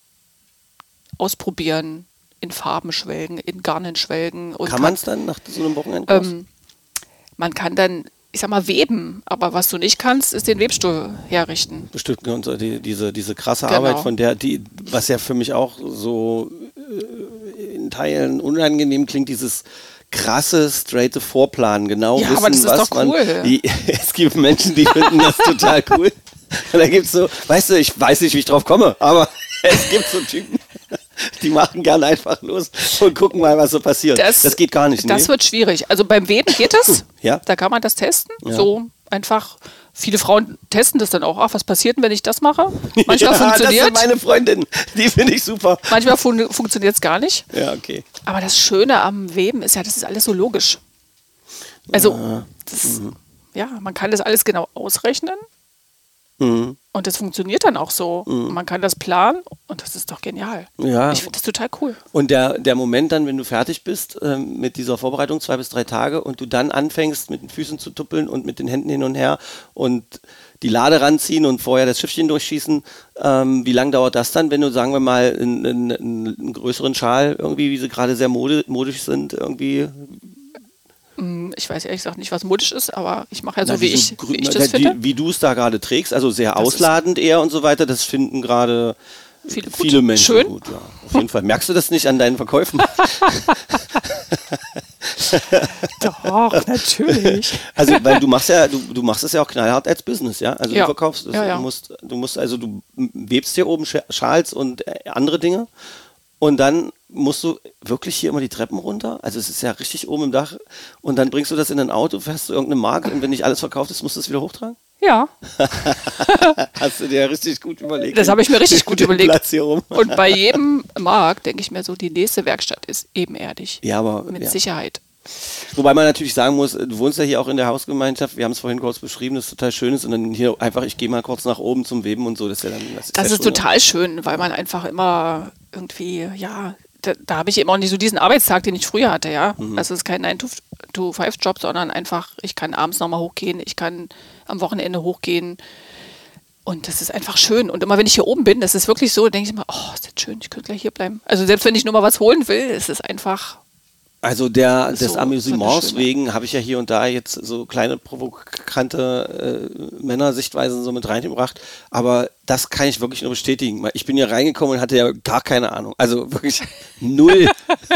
ausprobieren, in Farben schwelgen, in Garnen schwelgen. Und kann man es dann nach so einem Wochenendkurs? Ähm, man kann dann, ich sag mal, weben. Aber was du nicht kannst, ist den Webstuhl herrichten. Bestimmt, und so die, diese, diese krasse Genau. Arbeit, von der, die, was ja für mich auch so äh, in Teilen unangenehm klingt, dieses krasse, straighte Vorplanen, genau Ja, wissen, aber das ist was doch cool. man... Die, es gibt Menschen, die finden das total cool. Und da gibt es so, weißt du, ich weiß nicht, wie ich drauf komme, aber es gibt so Typen, die machen gerne einfach los und gucken mal, was so passiert. Das, das geht gar nicht. Das nee. wird schwierig. Also beim Weben geht es. Ja. Da kann man das testen. Ja. So einfach. Viele Frauen testen das dann auch. Ach, was passiert denn, wenn ich das mache? Manchmal ja, funktioniert. Das sind meine Freundinnen. Die finde ich super. Manchmal fun- funktioniert es gar nicht. Ja, okay. Aber das Schöne am Weben ist ja, das ist alles so logisch. Also, ja. Das, mhm. ja, man kann das alles genau ausrechnen. Mhm. Und das funktioniert dann auch so. Mhm. Man kann das planen und das ist doch genial. Ja. Ich finde das total cool. Und der, der Moment dann, wenn du fertig bist ähm, mit dieser Vorbereitung, zwei bis drei Tage, und du dann anfängst, mit den Füßen zu tuppeln und mit den Händen hin und her und die Lade ranziehen und vorher das Schiffchen durchschießen, ähm, wie lange dauert das dann, wenn du, sagen wir mal, einen, einen, einen größeren Schal, irgendwie, wie sie gerade sehr mode, modisch sind, irgendwie... Ich weiß ehrlich gesagt nicht, was modisch ist, aber ich mache ja so, Na, wie, diese ich, grü- wie ich na, das die, finde. Wie du es da gerade trägst, also sehr Das ist- ausladend eher und so weiter, das finden gerade Viele, gut. viele Menschen Schön. gut. Ja, auf jeden Fall. Merkst du das nicht an deinen Verkäufen? Doch, natürlich. Also, weil du machst ja, du, du machst es ja auch knallhart als Business, ja? Also Ja. du verkaufst es, Ja, ja. du musst, du musst, also du webst hier oben Sch- Schals und äh, andere Dinge und dann musst du wirklich hier immer die Treppen runter. Also es ist ja richtig oben im Dach und dann bringst du das in ein Auto, fährst du irgendeinen Markt und wenn nicht alles verkauft ist, musst du es wieder hochtragen? Ja, Hast du dir richtig gut überlegt. das habe ich mir richtig gut Den überlegt. Platz hier rum. Und bei jedem Markt denke ich mir so, die nächste Werkstatt ist ebenerdig. Ja, aber Mit ja. Sicherheit. Wobei man natürlich sagen muss, du wohnst ja hier auch in der Hausgemeinschaft, wir haben es vorhin kurz beschrieben, das ist total schön ist und dann hier einfach, ich gehe mal kurz nach oben zum Weben und so, das ist ja dann... Das ist, Das ja ist schon- total schön, weil man einfach immer irgendwie, ja, da, da habe ich eben auch nicht so diesen Arbeitstag, den ich früher hatte, ja. Mhm. Also es ist kein nine to five Job, sondern einfach, ich kann abends nochmal hochgehen, ich kann am Wochenende hochgehen und das ist einfach schön. Und immer wenn ich hier oben bin, das ist wirklich so, denke ich immer, oh, ist das schön, ich könnte gleich hier bleiben. Also selbst wenn ich nur mal was holen will, ist es einfach... Also der, So- des so Amüsements eine schöne- wegen habe ich ja hier und da jetzt so kleine provokante äh, Männersichtweisen so mit reingebracht, aber das kann ich wirklich nur bestätigen. weil Ich bin hier reingekommen und hatte ja gar keine Ahnung, also wirklich null.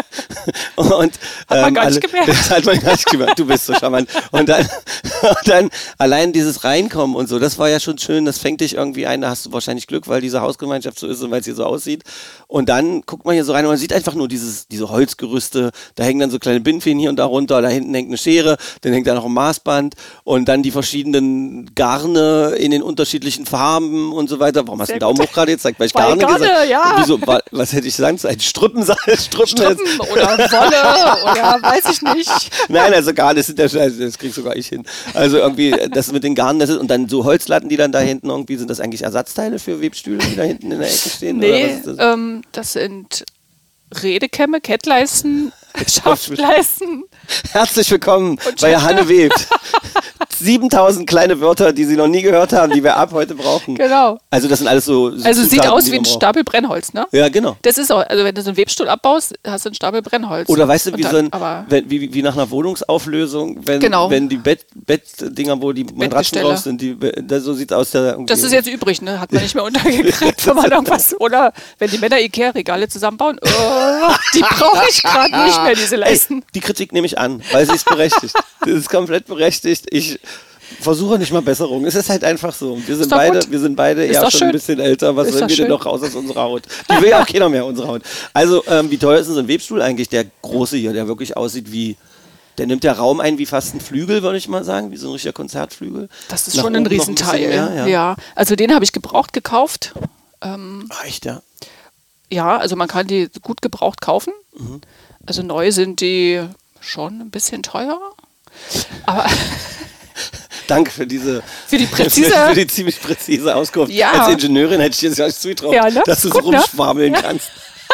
und, Hat man gar alle- nicht gemerkt. Das hat man gar nicht gemerkt, du bist so charmant. Und dann, und dann allein dieses Reinkommen und so, das war ja schon schön, das fängt dich irgendwie ein, da hast du wahrscheinlich Glück, weil diese Hausgemeinschaft so ist und weil es hier so aussieht. Und dann guckt man hier so rein und man sieht einfach nur dieses, diese Holzgerüste, da hängen dann so kleine Bindfäden hier und da runter, da hinten hängt eine Schere, dann hängt da noch ein Maßband und dann die verschiedenen Garne in den unterschiedlichen Farben und so weiter. Warum hast du Sehr den Daumen gut. hoch gerade jetzt? Weil ich Weil Garne, Garne, gesagt ja. Wieso, wa- was hätte ich sagen sollen? Strüppen, Strüppen, Strippen oder Wolle oder weiß ich nicht. Nein, also Garn, das sind ja schon, das krieg sogar ich hin. Also irgendwie, das mit den Garnen, das ist, und dann so Holzlatten, die dann da hinten irgendwie, sind das eigentlich Ersatzteile für Webstühle, die da hinten in der Ecke stehen? Oder Nee, was ist das? ähm, das sind Redekämme, Kettleisten, Schaftleisten. Herzlich willkommen Und bei Schäfte. Hanne Webt. siebentausend kleine Wörter, die Sie noch nie gehört haben, die wir ab heute brauchen. Genau. Also das sind alles so, so Also es sieht Zutaten, aus die wie ein man braucht. Stapel Brennholz, ne? Ja, genau. Das ist auch, also wenn du so einen Webstuhl abbaust, hast du einen Stapel Brennholz. Oder weißt du, Und wie, dann, so ein, aber wenn, wie, wie nach einer Wohnungsauflösung, wenn, Genau. wenn die Bett, Bettdinger, wo die Matratzen Bettgestelle. drauf sind, die, das, so sieht es aus. Der das ist jetzt übrig, ne? Hat man nicht mehr untergekriegt, wenn man irgendwas. Oder wenn die Männer Ikea-Regale zusammenbauen, oh, die brauche ich gerade nicht mehr, diese Leisten. Ey, die Kritik nehme ich an, weil sie ist berechtigt. Das ist komplett berechtigt. Ich versuche nicht mal Besserung. Es ist halt einfach so. Wir sind doch beide, gut. wir sind beide Ist ja doch schon schön. ein bisschen älter. Was Ist sollen doch wir denn schön. noch raus aus unserer Haut? Die will ja auch keiner mehr, unsere Haut. Also, ähm, wie teuer ist denn so ein Webstuhl eigentlich? Der große hier, der wirklich aussieht wie, der nimmt ja Raum ein wie fast ein Flügel, würde ich mal sagen, wie so ein richtiger Konzertflügel. Das ist Nach schon ein oben noch bisschen Riesenteil. mehr, ja. ja. also den habe ich gebraucht gekauft. Ähm, Ah, echt, ja. ja, also man kann die gut gebraucht kaufen. Mhm. Also neu sind die schon ein bisschen teurer. Aber Danke für diese Für die präzise- für die ziemlich präzise Auskunft. Ja. Als Ingenieurin hätte ich dir das gar nicht zugetraut, Ja, ne? dass du so Gut, ne? rumschwabeln Ja. kannst.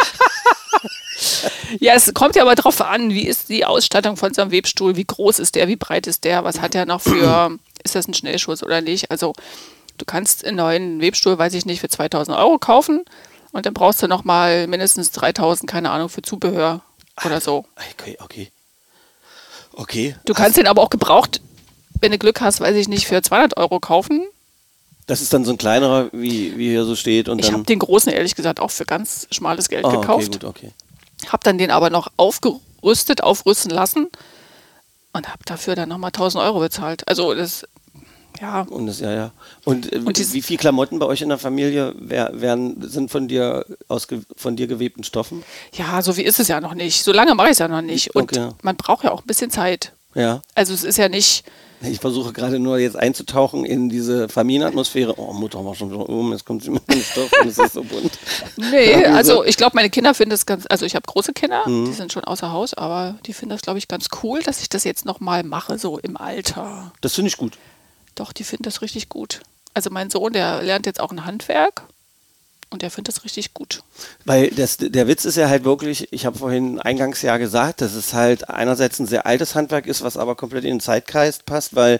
ja, es kommt ja aber drauf an, wie ist die Ausstattung von so einem Webstuhl, wie groß ist der, wie breit ist der, was hat der noch für, ist das ein Schnellschuss oder nicht? Also du kannst einen neuen Webstuhl, weiß ich nicht, für zweitausend Euro kaufen und dann brauchst du nochmal mindestens dreitausend, keine Ahnung, für Zubehör oder so. Okay, okay. Okay. Du kannst den aber auch gebraucht, wenn du Glück hast, weiß ich nicht, für zweihundert Euro kaufen. Das ist dann so ein kleinerer, wie, wie hier so steht. Und Ich dann, habe den großen, ehrlich gesagt, auch für ganz schmales Geld Ah, okay, gekauft. gut, okay. Habe dann den aber noch aufgerüstet, aufrüsten lassen und habe dafür dann nochmal tausend Euro bezahlt. Also das, ja, Und das, ja, ja. Und, äh, Und dies- wie viele Klamotten bei euch in der Familie wer, werden, sind von dir aus ge- von dir gewebten Stoffen? ja, so wie ist es ja noch nicht. So lange mache ich es ja noch nicht. Und Okay. man braucht ja auch ein bisschen Zeit. Ja. Also es ist ja nicht, Ich versuche gerade nur jetzt einzutauchen in diese Familienatmosphäre. Oh, Mutter war schon wieder um, jetzt kommt sie mit dem Stoff und es ist so bunt. nee, Ja, also so. ich glaube, meine Kinder finden das ganz, also ich habe große Kinder, Mhm. die sind schon außer Haus, aber die finden das, glaube ich, ganz cool, dass ich das jetzt nochmal mache, so im Alter. Das finde ich gut. Doch, die finden das richtig gut. Also mein Sohn, der lernt jetzt auch ein Handwerk und der findet das richtig gut. Weil das, der Witz ist ja halt wirklich, ich habe vorhin eingangs ja gesagt, dass es halt einerseits ein sehr altes Handwerk ist, was aber komplett in den Zeitkreis passt, weil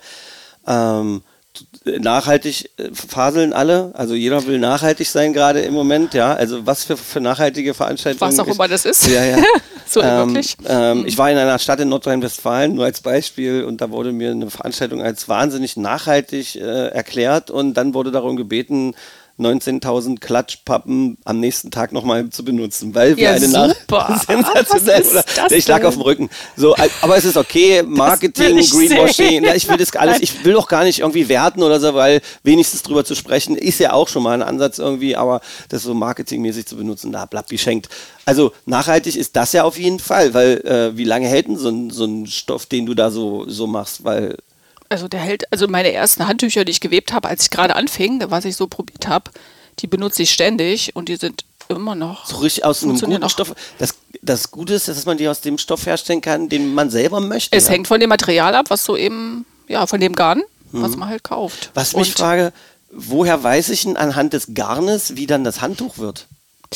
ähm, nachhaltig faseln alle, also jeder will nachhaltig sein gerade im Moment, ja, also was für, für nachhaltige Veranstaltungen. Was auch immer das ist. Ja, ja. so ähm, wirklich. Ähm, mhm. Ich war in einer Stadt in Nordrhein-Westfalen, nur als Beispiel, und da wurde mir eine Veranstaltung als wahnsinnig nachhaltig äh, erklärt und dann wurde darum gebeten, neunzehntausend Klatschpappen am nächsten Tag nochmal zu benutzen, weil wir ja, eine super. sensationell, oder? Ich lag auf dem Rücken. So, aber es ist okay, Marketing, Greenwashing, ja, ich will das alles, ich will doch gar nicht irgendwie werten oder so, weil wenigstens drüber zu sprechen, ist ja auch schon mal ein Ansatz irgendwie, aber das so marketingmäßig zu benutzen, da bleibt geschenkt. Also nachhaltig ist das ja auf jeden Fall, weil äh, wie lange hält denn so ein, so ein Stoff, den du da so, so machst, weil Also der hält, also meine ersten Handtücher, die ich gewebt habe, als ich gerade anfing, was ich so probiert habe, die benutze ich ständig und die sind immer noch. So richtig aus einem guten auch. Stoff. Das, das Gute ist, dass man die aus dem Stoff herstellen kann, den man selber möchte. Es ja? hängt von dem Material ab, was so eben, ja, von dem Garn, hm. was man halt kauft. Was und mich frage, woher weiß ich denn anhand des Garnes, wie dann das Handtuch wird?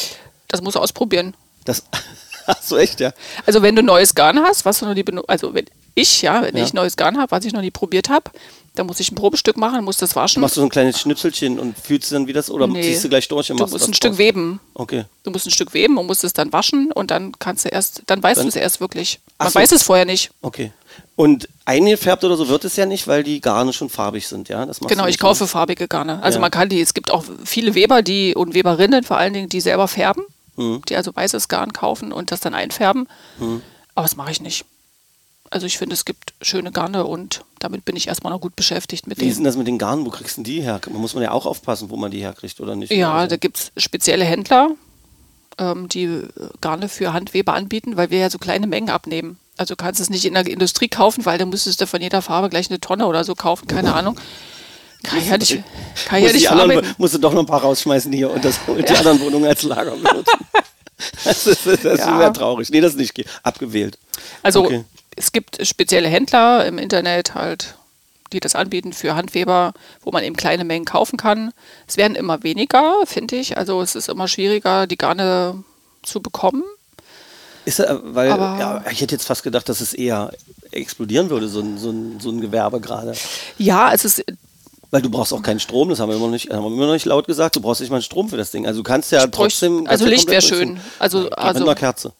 Das musst du ausprobieren. Das, ach so, echt, ja? Also wenn du neues Garn hast, was du noch nie benutzt, also wenn ich, ja, wenn Ja. ich neues Garn habe, was ich noch nie probiert habe, dann muss ich ein Probestück machen, muss das waschen. Machst du so ein kleines Schnipselchen und fühlst du dann wie das, oder Nee. ziehst du gleich durch und Du machst musst was ein Stück draus? weben. Okay. Du musst ein Stück weben und musst es dann waschen und dann kannst du erst, dann weißt Dann- du es erst wirklich. Ach Man so. weiß es vorher nicht. Okay. Und eingefärbt oder so wird es ja nicht, weil die Garne schon farbig sind, ja? Das machst Genau, du ich nicht kaufe farbige Garne. Also Ja. man kann die, es gibt auch viele Weber, die und Weberinnen vor allen Dingen, die selber färben, Mhm. die also weißes Garn kaufen und das dann einfärben. Mhm. Aber das mache ich nicht. Also ich finde, es gibt schöne Garne und damit bin ich erstmal noch gut beschäftigt mit Wie ist denn denen. das mit den Garnen? Wo kriegst du denn die her? Da muss man ja auch aufpassen, wo man die herkriegt, oder nicht? Ja, Also, da gibt es spezielle Händler, ähm, die äh, Garne für Handweber anbieten, weil wir ja so kleine Mengen abnehmen. Also du kannst es nicht in der Industrie kaufen, weil dann müsstest du von jeder Farbe gleich eine Tonne oder so kaufen, keine Ahnung. Kann ich ja nicht, kann ich ja muss nicht die anderen, verarbeiten. musst du doch noch ein paar rausschmeißen hier und, das, und die anderen Wohnungen als Lager benutzen. Das ist, das ist Ja. sehr traurig. Nee, das ist nicht ge- abgewählt. Also Okay. es gibt spezielle Händler im Internet halt, die das anbieten für Handweber, wo man eben kleine Mengen kaufen kann. Es werden immer weniger, finde ich. Also es ist immer schwieriger, die Garne zu bekommen. Ist, äh, weil, Aber- ja, ich hätte jetzt fast gedacht, dass es eher explodieren würde, so ein, so ein, so ein Gewerbe gerade. Ja, es ist Weil du brauchst auch keinen Strom, das haben wir immer noch nicht, haben wir immer noch nicht laut gesagt, du brauchst nicht mal einen Strom für das Ding. Also du kannst ja trotzdem... also kannst ja Licht wäre komplett schön. nutzen. Also, Ja, also mit einer Kerze.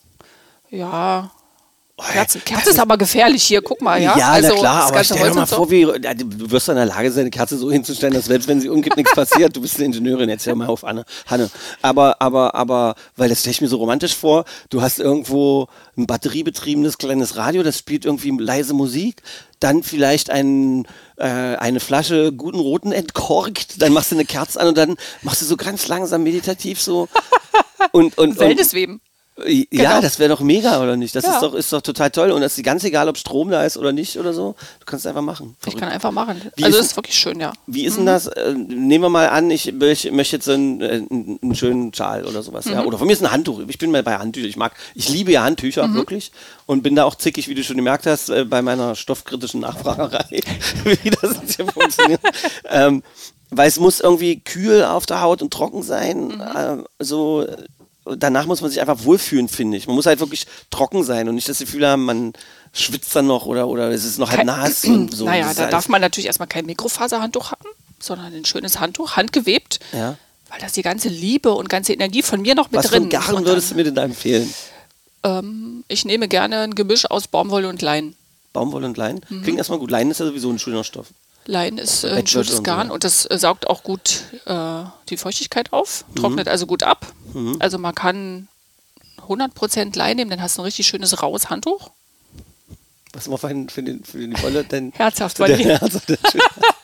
ja. Oh, Kerze, ey, Kerze ist aber gefährlich hier, guck mal, ja. Ja, also, na klar, das aber ganze stell dir Holz mal und so. vor, wie, ja, du wirst in der Lage sein, eine Kerze so hinzustellen, dass selbst wenn sie umgibt, nichts passiert. Du bist eine Ingenieurin, jetzt hör mal auf, Anne. Hanne. Aber, aber, aber, weil das stelle ich mir so romantisch vor, du hast irgendwo ein batteriebetriebenes kleines Radio, das spielt irgendwie leise Musik, dann vielleicht ein, äh, eine Flasche guten Roten entkorkt, dann machst du eine Kerze an und dann machst du so ganz langsam meditativ so. Und, und, und, Wellnessweben. ja, Genau. das wäre doch mega, oder nicht? Das Ja. ist doch, ist doch total toll. Und es ist ganz egal, ob Strom da ist oder nicht oder so. Du kannst es einfach machen. Ich kann einfach machen. Wie also ist- es ist wirklich schön, ja. Wie ist denn das? Äh, nehmen wir mal an, ich, ich möchte jetzt so einen, äh, einen schönen Schal oder sowas. Ja? Oder von mir ist ein Handtuch. Ich bin mal bei Handtüchern. Ich mag, ich liebe ja Handtücher, wirklich. Und bin da auch zickig, wie du schon gemerkt hast, äh, bei meiner stoffkritischen Nachfragerei, wie das jetzt hier funktioniert. ähm, weil es muss irgendwie kühl auf der Haut und trocken sein. Äh, so, äh, danach muss man sich einfach wohlfühlen, finde ich. Man muss halt wirklich trocken sein und nicht das Gefühl haben, man schwitzt dann noch oder, oder es ist noch halb Kein- nass. Und so. Naja, Das ist da alles- darf man natürlich erstmal kein Mikrofaserhandtuch haben, sondern ein schönes Handtuch, handgewebt, Ja. weil das die ganze Liebe und ganze Energie von mir noch mit Was für drin ein Garn Und würdest du mir denn da empfehlen? dann, ähm, Ich nehme gerne ein Gemisch aus Baumwolle und Lein. Baumwolle und Lein? Mhm. Klingt erstmal gut. Lein ist ja sowieso ein schöner Stoff. Lein ist äh, ein Bettwäsche schönes und so, Garn ja. und das äh, saugt auch gut äh, die Feuchtigkeit auf, Mhm. trocknet also gut ab. Also man kann hundert Prozent Lein nehmen, dann hast du ein richtig schönes raues Handtuch. Was war für, den, für, den, für die Wolle denn? Herzhaft, Der weil die, Herz, der schön-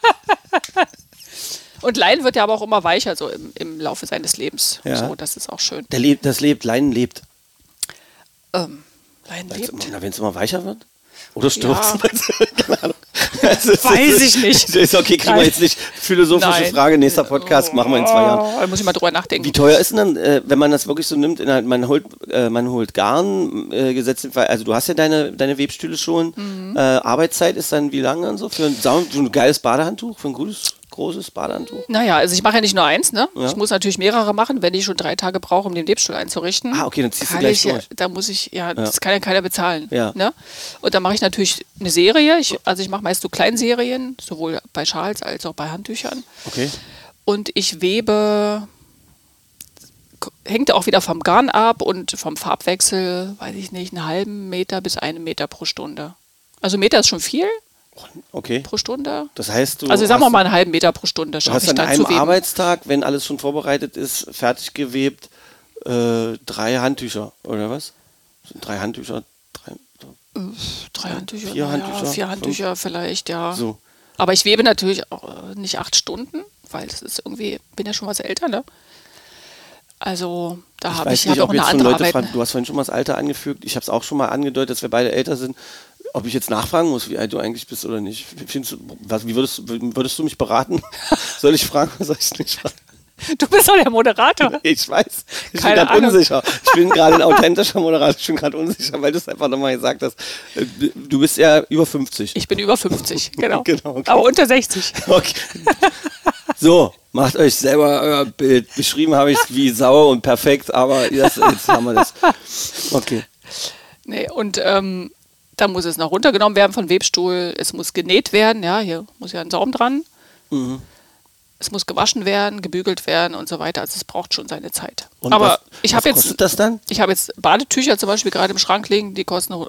und Lein wird ja aber auch immer weicher so im, im Laufe seines Lebens. Ja. So, das ist auch schön. der lebt, das lebt, Leinen lebt. Ähm, Lein lebt. Wenn es immer weicher wird? Oder stürzt? Ja. Keine Ahnung. Das ist- Weiß ich nicht. Ist okay, kriegen wir Nein. jetzt nicht. Philosophische Nein. Frage, nächster Podcast, machen wir in zwei Jahren. Oh, da muss ich mal drüber nachdenken. Wie teuer ist denn dann, äh, wenn man das wirklich so nimmt, in, halt, man, holt, äh, man holt Garn, äh, gesetzt im Fall, also du hast ja deine, deine Webstühle schon, Mhm. äh, Arbeitszeit ist dann wie lange und so? Für ein, sagen wir, so ein geiles Badehandtuch, für ein gutes, großes Badehandtuch? Naja, also ich mache ja nicht nur eins, ne? Ja. Ich muss natürlich mehrere machen, wenn ich schon drei Tage brauche, um den Webstuhl einzurichten. Ah, okay, dann ziehst du kann gleich ich, durch. Da muss ich, ja, das kann ja keiner bezahlen. Ja. Ne? Und dann mache ich natürlich eine Serie. Ich, also ich mache meist so Kleinserien, sowohl bei Schals als auch bei Handtüchern. Okay. Und ich webe, hängt auch wieder vom Garn ab und vom Farbwechsel, weiß ich nicht, einen halben Meter bis einen Meter pro Stunde. Also Meter ist schon viel Okay. pro Stunde. Das heißt, du Also sagen wir hast, mal einen halben Meter pro Stunde du schaffe hast ich an dann einem zu weben. Arbeitstag, wenn alles schon vorbereitet ist, fertig gewebt, äh, drei Handtücher, oder was? Sind drei Handtücher? Drei, Drei Handtücher, Vier na Handtücher, ja, vier fünf? Handtücher vielleicht, ja. so. Aber ich webe natürlich auch äh, nicht acht Stunden, weil es ist irgendwie, bin ja schon was älter, ne? Also da habe weiß ich, nicht, hab auch ob eine jetzt schon andere Leute Arbeit. fragen, du hast vorhin schon mal das Alter angefügt. Ich habe es auch schon mal angedeutet, dass wir beide älter sind. Ob ich jetzt nachfragen muss, wie alt du eigentlich bist oder nicht. Findest du, was, wie würdest, würdest du mich beraten? Soll ich fragen oder soll ich nicht fragen? Du bist doch der Moderator. Ich weiß, ich Keine bin gerade Ahnung. unsicher. Ich bin gerade ein authentischer Moderator, ich bin gerade unsicher, weil du es einfach nochmal gesagt hast. Du bist ja über fünfzig. Ich bin über fünfzig, genau. Genau, okay. Aber unter sechzig. Okay. So, macht euch selber euer Bild. Beschrieben habe ich es wie sauer und perfekt, aber das, jetzt haben wir das. Okay. Nee, und ähm, dann muss es noch runtergenommen werden von Webstuhl. Es muss genäht werden, ja, hier muss ja ein Saum dran. Mhm. Es muss gewaschen werden, gebügelt werden und so weiter. Also es braucht schon seine Zeit. Und Aber was, ich was habe jetzt, kostet das dann? ich habe jetzt Badetücher zum Beispiel gerade im Schrank liegen, die kosten hu-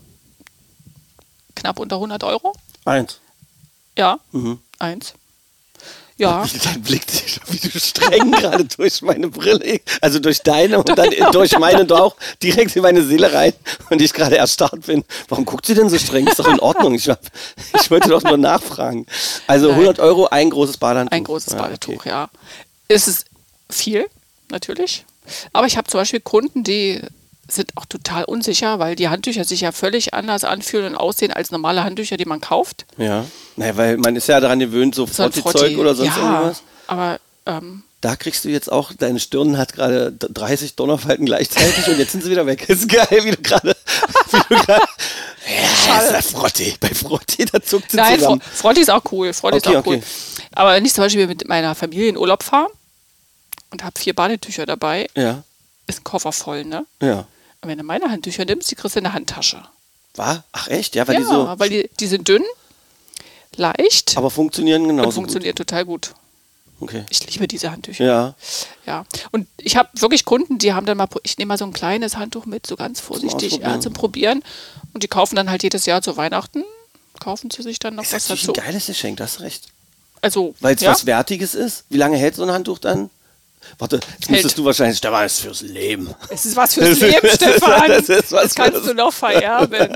knapp unter hundert Euro. Eins. Ja, Mhm. eins. Ja, Dein Blick, wie du streng gerade durch meine Brille, also durch deine und dann durch meine und auch direkt in meine Seele rein und ich gerade erstarrt bin. Warum guckt sie denn so streng? Ist doch in Ordnung. Ich, hab, ich wollte doch nur nachfragen. Also Nein. hundert Euro, ein großes Badehandtuch. ein großes Ja, Badetuch, okay. ja. Es ist viel, natürlich. Aber ich habe zum Beispiel Kunden, die sind auch total unsicher, weil die Handtücher sich ja völlig anders anfühlen und aussehen als normale Handtücher, die man kauft. Ja, naja, weil man ist ja daran gewöhnt, so So ein Frotti-Zeug Frotti. oder sonst ja, irgendwas. aber ähm, Da kriegst du jetzt auch, deine Stirn hat gerade dreißig Donnerfalten gleichzeitig und jetzt sind sie wieder weg. Das ist geil, wie du gerade... wie du gerade- Ja, das ist der Frotti. Bei Frotti, da zuckt sie nein, Fro zusammen. Frotti ist auch cool. Frotti Okay, ist auch cool. okay. Aber wenn ich zum Beispiel mit meiner Familie in Urlaub fahre und habe vier Badetücher dabei, Ja, ist ein Koffer voll, ne? ja. Und wenn du meine Handtücher nimmst, die kriegst du in eine Handtasche. War? Ach echt? Ja, weil ja, die so... weil die, die sind dünn, leicht Aber funktionieren genauso und funktioniert total gut. gut. Okay. Ich liebe diese Handtücher. Ja. Ja. Und ich habe wirklich Kunden, die haben dann mal, ich nehme mal so ein kleines Handtuch mit, so ganz vorsichtig Ausprobieren. ja, zum Probieren. Und die kaufen dann halt jedes Jahr zu Weihnachten, kaufen sie sich dann noch Das was ist natürlich dazu. ein geiles Geschenk, das hast recht. Also, Weil es ja, was Wertiges ist. Wie lange hält so ein Handtuch dann? Warte, jetzt Hält. müsstest du wahrscheinlich, Stefan, das ist fürs Leben. es ist was fürs Leben, Stefan. Das ist was das kannst fürs- du noch vererben.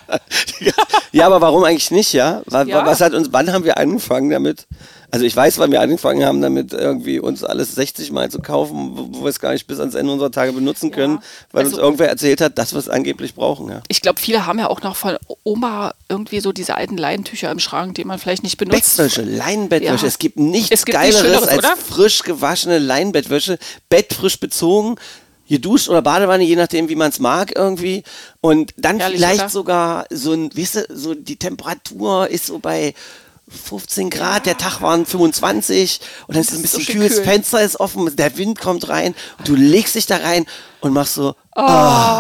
Ja, aber warum eigentlich nicht, ja? Was, Ja. was hat uns, wann haben wir angefangen damit? Also ich weiß, wann wir angefangen haben, damit irgendwie uns alles sechzig Mal zu kaufen, wo, wo wir es gar nicht bis ans Ende unserer Tage benutzen können, weil uns Also- irgendwer erzählt hat, dass wir es angeblich brauchen, ja. Ich glaube, viele haben ja auch noch von Oma irgendwie so diese alten Leinentücher im Schrank, die man vielleicht nicht benutzt. Bettwäsche, Leinenbettwäsche. Ja. Es gibt nichts Es gibt nichts Geileres Schöneres, als oder? frisch gewaschene Leinenbettwäsche, bettfrisch bezogen, geduscht oder Badewanne, je nachdem, wie man es mag irgendwie. Und dann Herrlich, vielleicht oder? sogar so ein, weißt du, so die Temperatur ist so bei fünfzehn Grad, der Tag waren fünfundzwanzig und dann ist es ein ist so bisschen schön kühl, das kühl. Fenster ist offen, der Wind kommt rein und du legst dich da rein und machst so, Oh.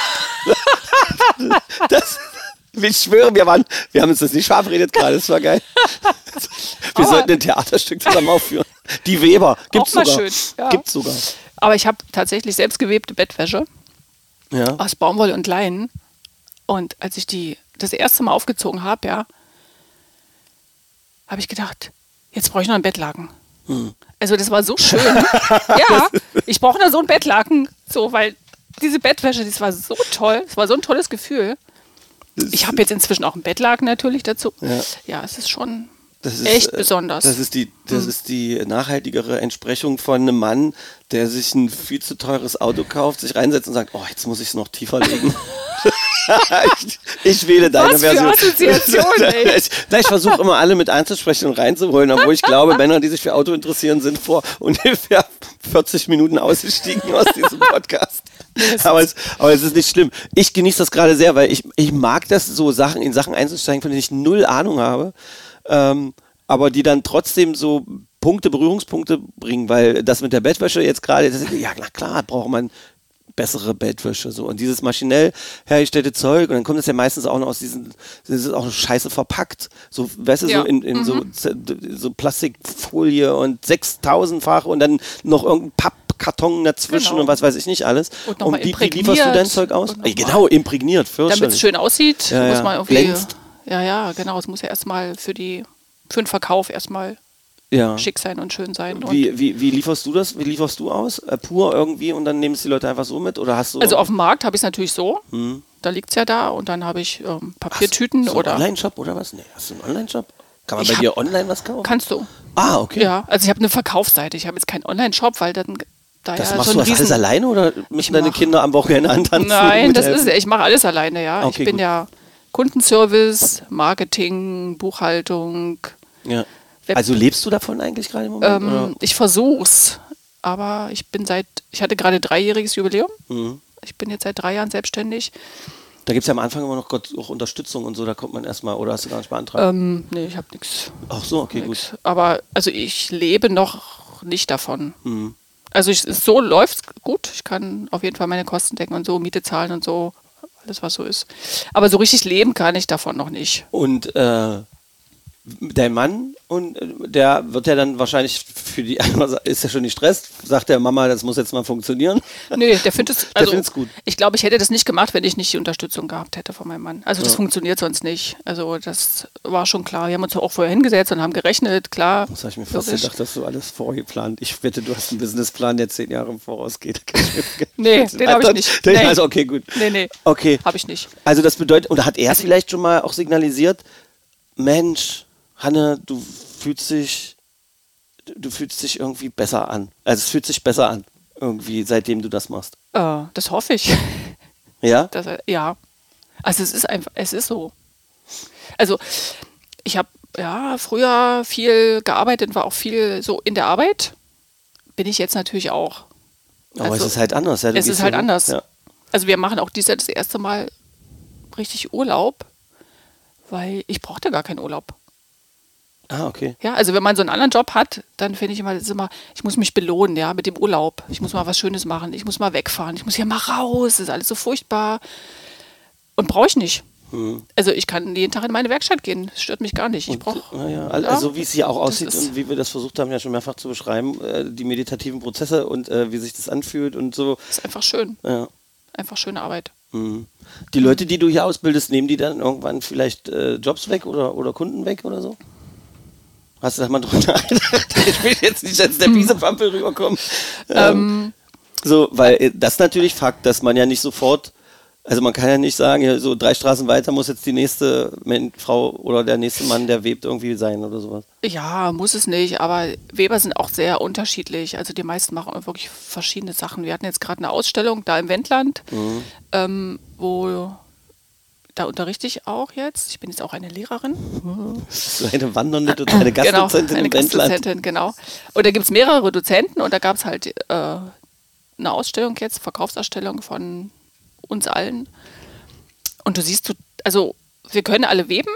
das, ich schwöre, wir waren, wir haben uns das nicht verabredet gerade, das war geil. Wir Aber- sollten ein Theaterstück zusammen aufführen. Die Weber, gibt's Auch mal sogar. schön, ja. Gibt's sogar. Aber ich habe tatsächlich selbstgewebte Bettwäsche Ja. aus Baumwolle und Leinen. Und als ich die das erste Mal aufgezogen habe, ja, habe ich gedacht, jetzt brauche ich noch einen Bettlaken. Hm. Also das war so schön. Ja, ich brauche noch so einen Bettlaken, so, weil diese Bettwäsche, das war so toll. Es war so ein tolles Gefühl. Ich habe jetzt inzwischen auch einen Bettlaken natürlich dazu. Ja. Ja, es ist schon Das ist, echt äh, besonders. Hm. Das ist die, das ist die nachhaltigere Entsprechung von einem Mann, der sich ein viel zu teures Auto kauft, sich reinsetzt und sagt, oh, jetzt muss ich es noch tiefer legen. ich, ich wähle deine Was für Version. Assoziation, ey. ich ich versuche immer alle mit einzusprechen und reinzuholen, obwohl ich glaube, Männer, die sich für Auto interessieren, sind vor ungefähr vierzig Minuten ausgestiegen aus diesem Podcast. Aber es, aber es ist nicht schlimm. Ich genieße das gerade sehr, weil ich, ich mag das, so Sachen in Sachen einzusteigen, von denen ich null Ahnung habe, ähm, aber die dann trotzdem so Punkte, Berührungspunkte bringen, weil das mit der Bettwäsche jetzt gerade, ja na klar, braucht man bessere Bettwäsche so und dieses maschinell hergestellte Zeug und dann kommt es ja meistens auch noch aus diesen, das ist auch scheiße verpackt, so, weißt du, Ja. so in, in Mhm. so, so Plastikfolie und sechstausendfach und dann noch irgendein Pappkarton dazwischen Genau. und was weiß ich nicht alles. Und noch mal wie, wie lieferst du dein imprägniert Zeug aus? und noch mal- Genau, imprägniert, Damit es fürchterlich. schön aussieht, Ja, muss ja. man irgendwie. Glänzt. Ja, ja, genau. Es muss ja erstmal für die für den Verkauf erstmal Ja. schick sein und schön sein. Und Wie, wie, wie lieferst du das? Wie lieferst du aus? Äh, pur irgendwie und dann nehmen es die Leute einfach so mit? Oder hast du also auf dem Markt habe ich es natürlich so. Hm. Da liegt es ja da und dann habe ich ähm, Papiertüten so oder. einen Online-Shop oder was? Nee, hast du einen Online-Shop? Kann man Ich bei hab- dir online was kaufen? Kannst du. ah, okay. Ja, also ich habe eine Verkaufsseite. Ich habe jetzt keinen Online-Shop, weil dann da Das ja machst so du ein das alles Riesen- alleine oder müssen deine mach- Kinder am Wochenende antanzen? Nein, und das helfen? ist ich mache alles alleine, ja. Okay, ich bin gut. ja Kundenservice, Marketing, Buchhaltung. Ja. Web- Also lebst du davon eigentlich gerade im Moment? Ähm, ich versuch's, aber ich bin seit, ich hatte gerade dreijähriges Jubiläum. Mhm. Ich bin jetzt seit drei Jahren selbstständig. Da gibt es ja am Anfang immer noch Gott, auch Unterstützung und so, da kommt man erstmal, oder hast du gar nicht beantragt? Ähm, nee, ich habe nichts. Ach so, okay, Nix. gut. Aber also ich lebe noch nicht davon. Mhm. Also ich, so läuft's gut. Ich kann auf jeden Fall meine Kosten decken und so, Miete zahlen und so, alles was so ist. Aber so richtig leben kann ich davon noch nicht. Und äh, dein Mann, und äh, der wird ja dann wahrscheinlich für die, ist ja schon nicht Stress, sagt der Mama, das muss jetzt mal funktionieren. Nee, der findet es also, findet's gut. Ich glaube, ich hätte das nicht gemacht, wenn ich nicht die Unterstützung gehabt hätte von meinem Mann. Also das Ja. funktioniert sonst nicht. Also das war schon klar. Wir haben uns auch vorher hingesetzt und haben gerechnet, klar. Das habe ich mir fast logisch. gedacht, dass du alles vorgeplant. Ich wette, du hast einen Businessplan, der zehn Jahre im Voraus geht. Nee, den habe ich nicht. Den, Nee. Also okay, gut. Nee, nee, Okay. habe ich nicht. Also das bedeutet, oder hat er vielleicht schon mal auch signalisiert, Mensch, Hanne, du fühlst dich, du fühlst dich irgendwie besser an. Also es fühlt sich besser an, irgendwie, seitdem du das machst. Äh, das hoffe ich. Ja? Das, ja. Also es ist einfach, es ist so. Also ich habe ja früher viel gearbeitet, war auch viel so in der Arbeit. Bin ich jetzt natürlich auch. Aber Also, es ist halt anders. Ja? Du es gehst ist halt ja- anders. Ja. Also wir machen auch dieses Jahr das erste Mal richtig Urlaub, weil ich brauchte gar keinen Urlaub. Ah, okay. Ja, also wenn man so einen anderen Job hat, dann finde ich immer, das ist immer, ich muss mich belohnen, ja, mit dem Urlaub. Ich muss mal was Schönes machen, ich muss mal wegfahren, ich muss hier mal raus, das ist alles so furchtbar. Und brauche ich nicht. Hm. Also ich kann jeden Tag in meine Werkstatt gehen, das stört mich gar nicht. Ich brauche. Naja, also Ja, so wie es hier auch das aussieht ist- und wie wir das versucht haben, ja schon mehrfach zu beschreiben, äh, die meditativen Prozesse und äh, wie sich das anfühlt und so. Das ist einfach schön. Ja. Einfach schöne Arbeit. Mhm. Die Leute, die du hier ausbildest, nehmen die dann irgendwann vielleicht äh, Jobs weg oder, oder Kunden weg oder so? Hast du da mal drunter nachgedacht? Ich will jetzt nicht als der Piesepampel rüberkommen. Ähm, so, weil äh, das ist natürlich Fakt, dass man ja nicht sofort, also man kann ja nicht sagen, ja, so drei Straßen weiter muss jetzt die nächste Men- Frau oder der nächste Mann, der webt, irgendwie sein oder sowas. Ja, muss es nicht, aber Weber sind auch sehr unterschiedlich. Also die meisten machen wirklich verschiedene Sachen. Wir hatten jetzt gerade eine Ausstellung da im Wendland, Mhm. ähm, wo da unterrichte ich auch jetzt. Ich bin jetzt auch eine Lehrerin. So eine wandernde, eine Gastdozentin genau, eine im Wendland. Gastdozentin, genau. Und da gibt es mehrere Dozenten und da gab es halt äh, eine Ausstellung jetzt, Verkaufsausstellung von uns allen. Und du siehst, du, also wir können alle weben.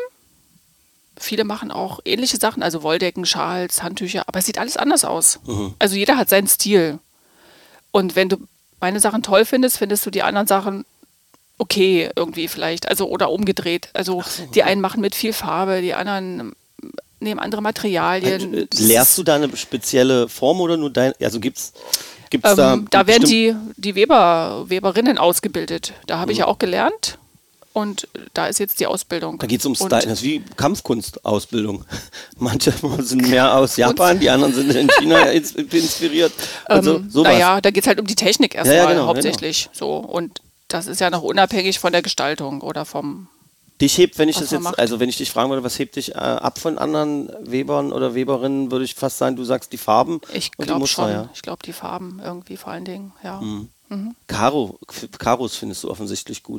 Viele machen auch ähnliche Sachen, also Wolldecken, Schals, Handtücher, aber es sieht alles anders aus. Mhm. Also jeder hat seinen Stil. Und wenn du meine Sachen toll findest, findest du die anderen Sachen okay irgendwie vielleicht, also oder umgedreht. Also die einen machen mit viel Farbe, die anderen nehmen andere Materialien. Äh, Lehrst du da eine spezielle Form oder nur dein, also gibt's gibt's Ähm, da da werden bestimmt- die, die Weber, Weberinnen ausgebildet. Da habe ich Mhm. ja auch gelernt. Und da ist jetzt die Ausbildung. Da geht es um Und- Style, das ist wie Kampfkunstausbildung. Manche sind mehr aus Japan, die anderen sind in China ins- inspiriert. Und so, Ähm, sowas. naja, da geht es halt um die Technik erstmal Ja, ja, genau, hauptsächlich. So. Und das ist ja noch unabhängig von der Gestaltung oder vom. Dich hebt, wenn ich was das man jetzt, macht. also wenn ich dich fragen würde, was hebt dich äh, ab von anderen Webern oder Weberinnen, würde ich fast sagen, du sagst die Farben Ich und die glaube Muster, schon. ja. Ich glaube, die Farben irgendwie vor allen Dingen, ja. Mhm. Karo, F- Karos findest du offensichtlich gut.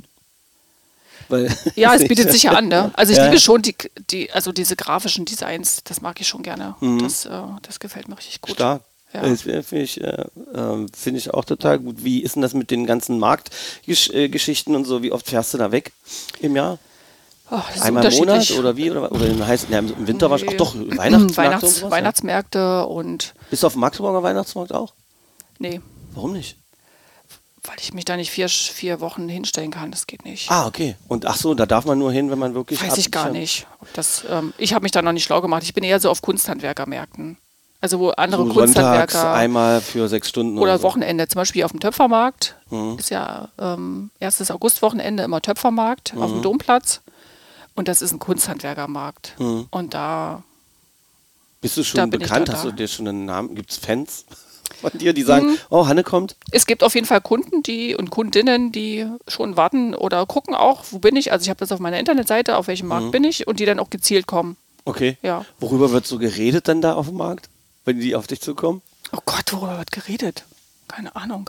Weil, Ja, es bietet sich ja an, ne? Also ich Ja, liebe ja. schon die, die, also diese grafischen Designs, das mag ich schon gerne. Mhm. Das, äh, das gefällt mir richtig gut. Stark. Ja. Das finde ich, äh, ähm, find ich auch total gut. Wie ist denn das mit den ganzen Marktgeschichten und so? Wie oft fährst du da weg im Jahr? Oh, das ist Einmal im Monat unterschiedlich. oder wie? Oder, oder im, heißen, ja, im Winter war Nee. ach doch, Weihnachtsmärkte Weihnachts, und sowas, Weihnachtsmärkte und ja. Bist du auf dem Magdeburger Weihnachtsmarkt auch? nee, Warum nicht? weil ich mich da nicht vier, vier Wochen hinstellen kann, das geht nicht. Ah, okay. Und ach so, da darf man nur hin, wenn man wirklich... Weiß ich gar ab- nicht. Ob das, ähm, ich habe mich da noch nicht schlau gemacht. Ich bin eher so auf Kunsthandwerkermärkten. Also wo andere So sonntags Kunsthandwerker einmal für sechs Stunden oder oder so. Wochenende, zum Beispiel auf dem Töpfermarkt, Mhm. ist ja ähm, erstes August-Wochenende immer Töpfermarkt auf Mhm. dem Domplatz. Und das ist ein Kunsthandwerkermarkt. Mhm. Und da, Bist du Da schon bin ich bekannt? da Hast du da. dir schon einen Namen? Gibt es Fans von dir, die sagen, oh, Hanne kommt? es gibt auf jeden Fall Kunden die und Kundinnen, die schon warten oder gucken auch, wo bin ich. Also ich habe das auf meiner Internetseite, auf welchem Mhm. Markt bin ich und die dann auch gezielt kommen. Okay. Ja. Worüber wird so geredet dann da auf dem Markt, wenn die auf dich zukommen? Oh Gott, worüber wird geredet? Keine Ahnung.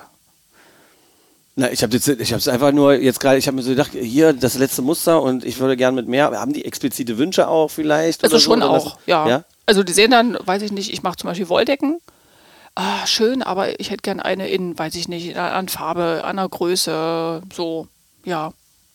Na, ich habe jetzt, ich habe es einfach nur jetzt gerade, ich habe mir so gedacht, hier das letzte Muster und ich würde gern mit mehr. Haben die explizite Wünsche auch vielleicht? Also oder schon so, oder auch, was? ja. ja. Also die sehen dann, weiß ich nicht, ich mache zum Beispiel Wolldecken. Ah, schön, aber ich hätte gern eine in, weiß ich nicht, an Farbe, an der Größe, so, ja.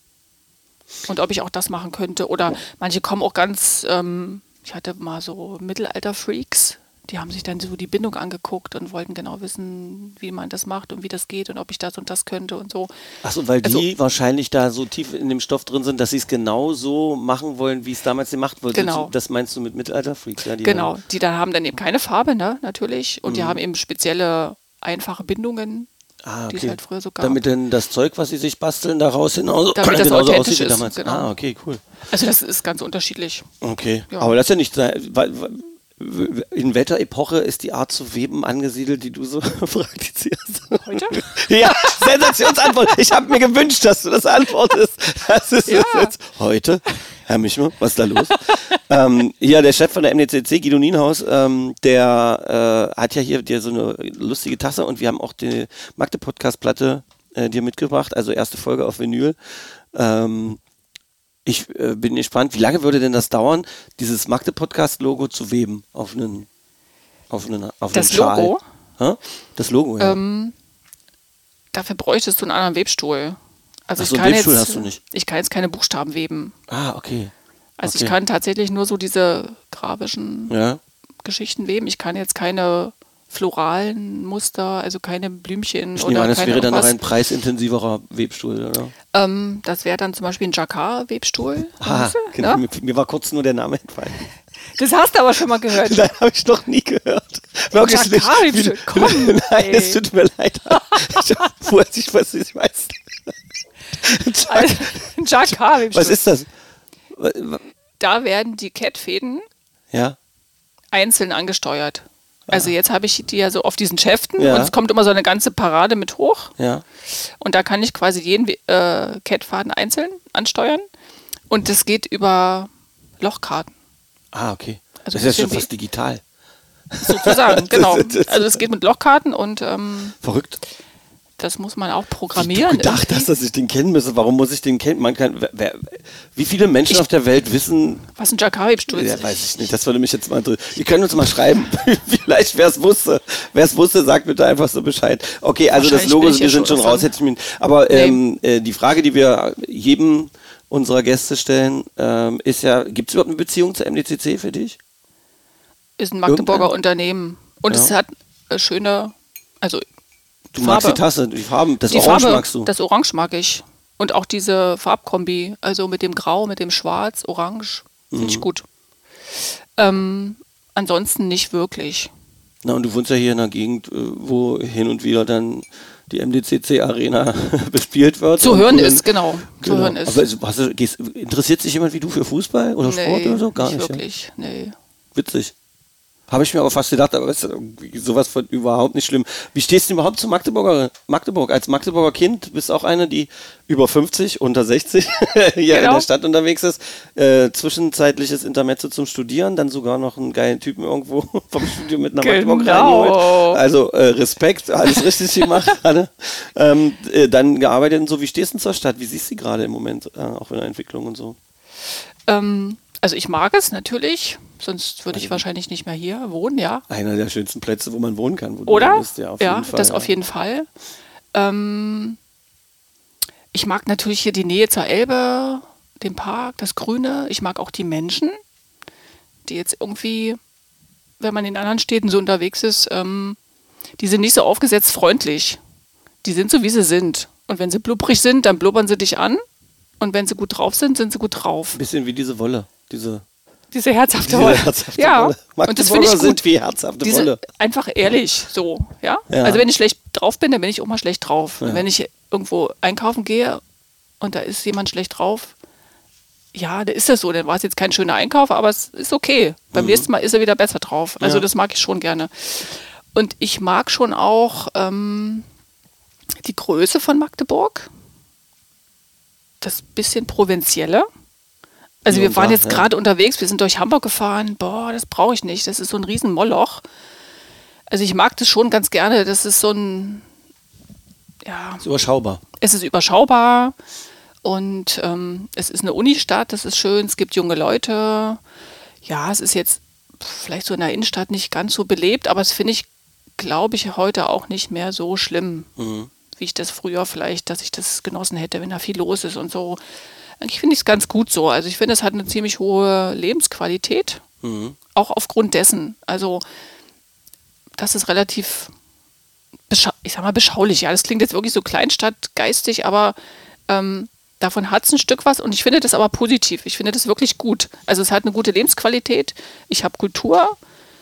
Und ob ich auch das machen könnte. Oder manche kommen auch ganz, ähm, ich hatte mal so Mittelalter-Freaks, die haben sich dann so die Bindung angeguckt und wollten genau wissen, wie man das macht und wie das geht und ob ich das und das könnte und so. Achso, weil Also- die wahrscheinlich da so tief in dem Stoff drin sind, dass sie es genau so machen wollen, wie es damals gemacht wurde. Genau. Das meinst du mit Mittelalter-Freaks, ja? Die Genau, Dann, die dann haben dann eben keine Farbe, ne, natürlich. Und Mhm. die haben eben spezielle, einfache Bindungen, ah, die es okay. halt früher so gab. Damit denn das Zeug, was sie sich basteln, daraus genauso, Damit das genauso authentisch aussieht wie ist, damals. genau. Ah, okay, cool. Also das ist ganz unterschiedlich. Okay, Ja. aber das ist ja nicht, weil, weil- in welcher Epoche ist die Art zu weben angesiedelt, die du so praktizierst? Heute? Ja, Sensationsantwort. Ich habe mir gewünscht, dass du das antwortest. Das ist Ja. es jetzt. Heute? Herr Mischmer, was ist da los? ähm, ja, der Chef von der M D C C, Guido Nienhaus, ähm, der äh, hat ja hier dir so eine lustige Tasse und wir haben auch die Magde-Podcast-Platte äh, dir mitgebracht, also erste Folge auf Vinyl. Ähm, ich äh, bin gespannt, wie lange würde denn das dauern, dieses Magde-Podcast-Logo zu weben auf einen, auf einen, auf Das einen Schal? Logo? Hä? Das Logo, ja. Ähm, dafür bräuchtest du einen anderen Webstuhl. Also Ach so, ich einen kann Webstuhl jetzt, hast du nicht. Ich kann jetzt keine Buchstaben weben. ah, okay. Also okay. ich kann tatsächlich nur so diese grafischen Ja. Geschichten weben. Ich kann jetzt keine floralen Muster, also keine Blümchen Ich oder nehme an, das keine wäre dann noch irgendwas. ein preisintensiverer Webstuhl, oder? Ähm, das wäre dann zum Beispiel ein Jacquard-Webstuhl. Ah, Weißt du, genau. ne? Mir, mir war kurz nur der Name entfallen. Das hast du aber schon mal gehört. Nein, habe ich noch nie gehört. Wirklich Jacquard-Webstuhl, nicht. komm, Nein, ey. es tut mir leid. Ich weiß nicht, was ich weiß. Also, ein Jacquard-Webstuhl. Was ist das? Da werden die Kettfäden Ja, einzeln angesteuert. Also jetzt habe ich die ja so auf diesen Schäften Ja. und es kommt immer so eine ganze Parade mit hoch. ja. Und da kann ich quasi jeden äh, Kettfaden einzeln ansteuern. Und das geht über Lochkarten, Ah, okay. Also das ist ja bisschen schon wie- fast digital. sozusagen. Genau. Das- das- Also es geht mit Lochkarten und ähm, Verrückt. das muss man auch Wie du programmieren. gedacht irgendwie. hast, dass ich den kennen müsse. Warum muss ich den kennen? Man kann, wer, wer, wie viele Menschen Ich- auf der Welt wissen, Was ein Jacquard-Webstuhl ja, ist. weiß ich nicht. Das würde mich jetzt mal interessieren. Ihr könnt uns mal schreiben, vielleicht wer es wusste. Wer es wusste, sagt bitte einfach so Bescheid. Okay, also das Wahrscheinlich Logo, bin ich wir ja sind schon schon raus. davon. Hätte ich mir, aber Nee. ähm, äh, die Frage, die wir jedem unserer Gäste stellen, ähm, ist ja, gibt es überhaupt eine Beziehung zur M D C C für dich? Ist ein Magdeburger Irgendein- Unternehmen. Und Ja. es hat äh, schöne, also Du magst die Farbe. Tasse, die Farben, das die Orange Farbe, magst du. das Orange mag ich. Und auch diese Farbkombi, also mit dem Grau, mit dem Schwarz, Orange, finde Mhm. ich gut. Ähm, ansonsten nicht wirklich. Na, und du wohnst ja hier in einer Gegend, äh, wo hin und wieder dann die M D C C-Arena bespielt wird. Zu Und hören du dann- ist, genau. Zu Genau. hören ist. Aber also, hast du, gehst, interessiert sich jemand wie du für Fußball oder Sport nee, oder so? Gar nicht. nicht ja. wirklich. Nee. Witzig. Habe ich mir aber fast gedacht, aber ist irgendwie sowas von überhaupt nicht schlimm. Wie stehst du überhaupt zu Magdeburger, Magdeburg? Als Magdeburger Kind bist auch eine, die über fünfzig, unter sechzig hier in Genau. der Stadt unterwegs ist. Äh, zwischenzeitliches Intermezzo zum Studieren, dann sogar noch einen geilen Typen irgendwo vom Studium mit nach Magdeburg Genau. reingeholt. Also äh, Respekt, alles richtig gemacht, Anne. Ähm, äh, dann gearbeitet und so. Wie stehst du zur Stadt? Wie siehst du sie gerade im Moment, äh, auch in der Entwicklung und so? Ähm, also ich mag es natürlich, sonst würde ich wahrscheinlich nicht mehr hier wohnen, ja. Einer der schönsten Plätze, wo man wohnen kann. Wo Oder? Du bist, ja, auf jeden Fall, das ja. auf jeden Fall. Ähm, ich mag natürlich hier die Nähe zur Elbe, den Park, das Grüne. Ich mag auch die Menschen, die jetzt irgendwie, wenn man in anderen Städten so unterwegs ist, ähm, die sind nicht so aufgesetzt freundlich. Die sind so, wie sie sind. Und wenn sie blubbrig sind, dann blubbern sie dich an. Und wenn sie gut drauf sind, sind sie gut drauf. Ein bisschen wie diese Wolle, diese... Diese herzhafte Diese Wolle. herzhafte ja, Wolle. und das finde ich gut. Sind wie herzhafte Diese, Wolle. einfach ehrlich, so, ja? Ja. Also wenn ich schlecht drauf bin, dann bin ich auch mal schlecht drauf. Ja. Und wenn ich irgendwo einkaufen gehe und da ist jemand schlecht drauf, ja, dann ist das so. Dann war es jetzt kein schöner Einkauf, aber es ist okay. Beim Mhm. nächsten Mal ist er wieder besser drauf. Also Ja. das mag ich schon gerne. Und ich mag schon auch ähm, die Größe von Magdeburg. Das bisschen Provinzielle. Also Hier wir und waren da, jetzt ja. gerade unterwegs, wir sind durch Hamburg gefahren. Boah, das brauche ich nicht. Das ist so ein riesen Moloch. Also ich mag das schon ganz gerne. Das ist so ein, ja, Ist überschaubar. es ist überschaubar und ähm, es ist eine Unistadt, das ist schön, es gibt junge Leute. Ja, es ist jetzt vielleicht so in der Innenstadt nicht ganz so belebt, aber das finde ich, glaube ich, heute auch nicht mehr so schlimm, Mhm. wie ich das früher vielleicht, dass ich das genossen hätte, wenn da viel los ist und so. Eigentlich finde ich es ganz gut so. Also ich finde, es hat eine ziemlich hohe Lebensqualität, Mhm. auch aufgrund dessen. Also das ist relativ, bescha- ich sag mal beschaulich. Ja, das klingt jetzt wirklich so kleinstadtgeistig, aber ähm, davon hat es ein Stück was und ich finde das aber positiv. Ich finde das wirklich gut. Also es hat eine gute Lebensqualität. Ich habe Kultur.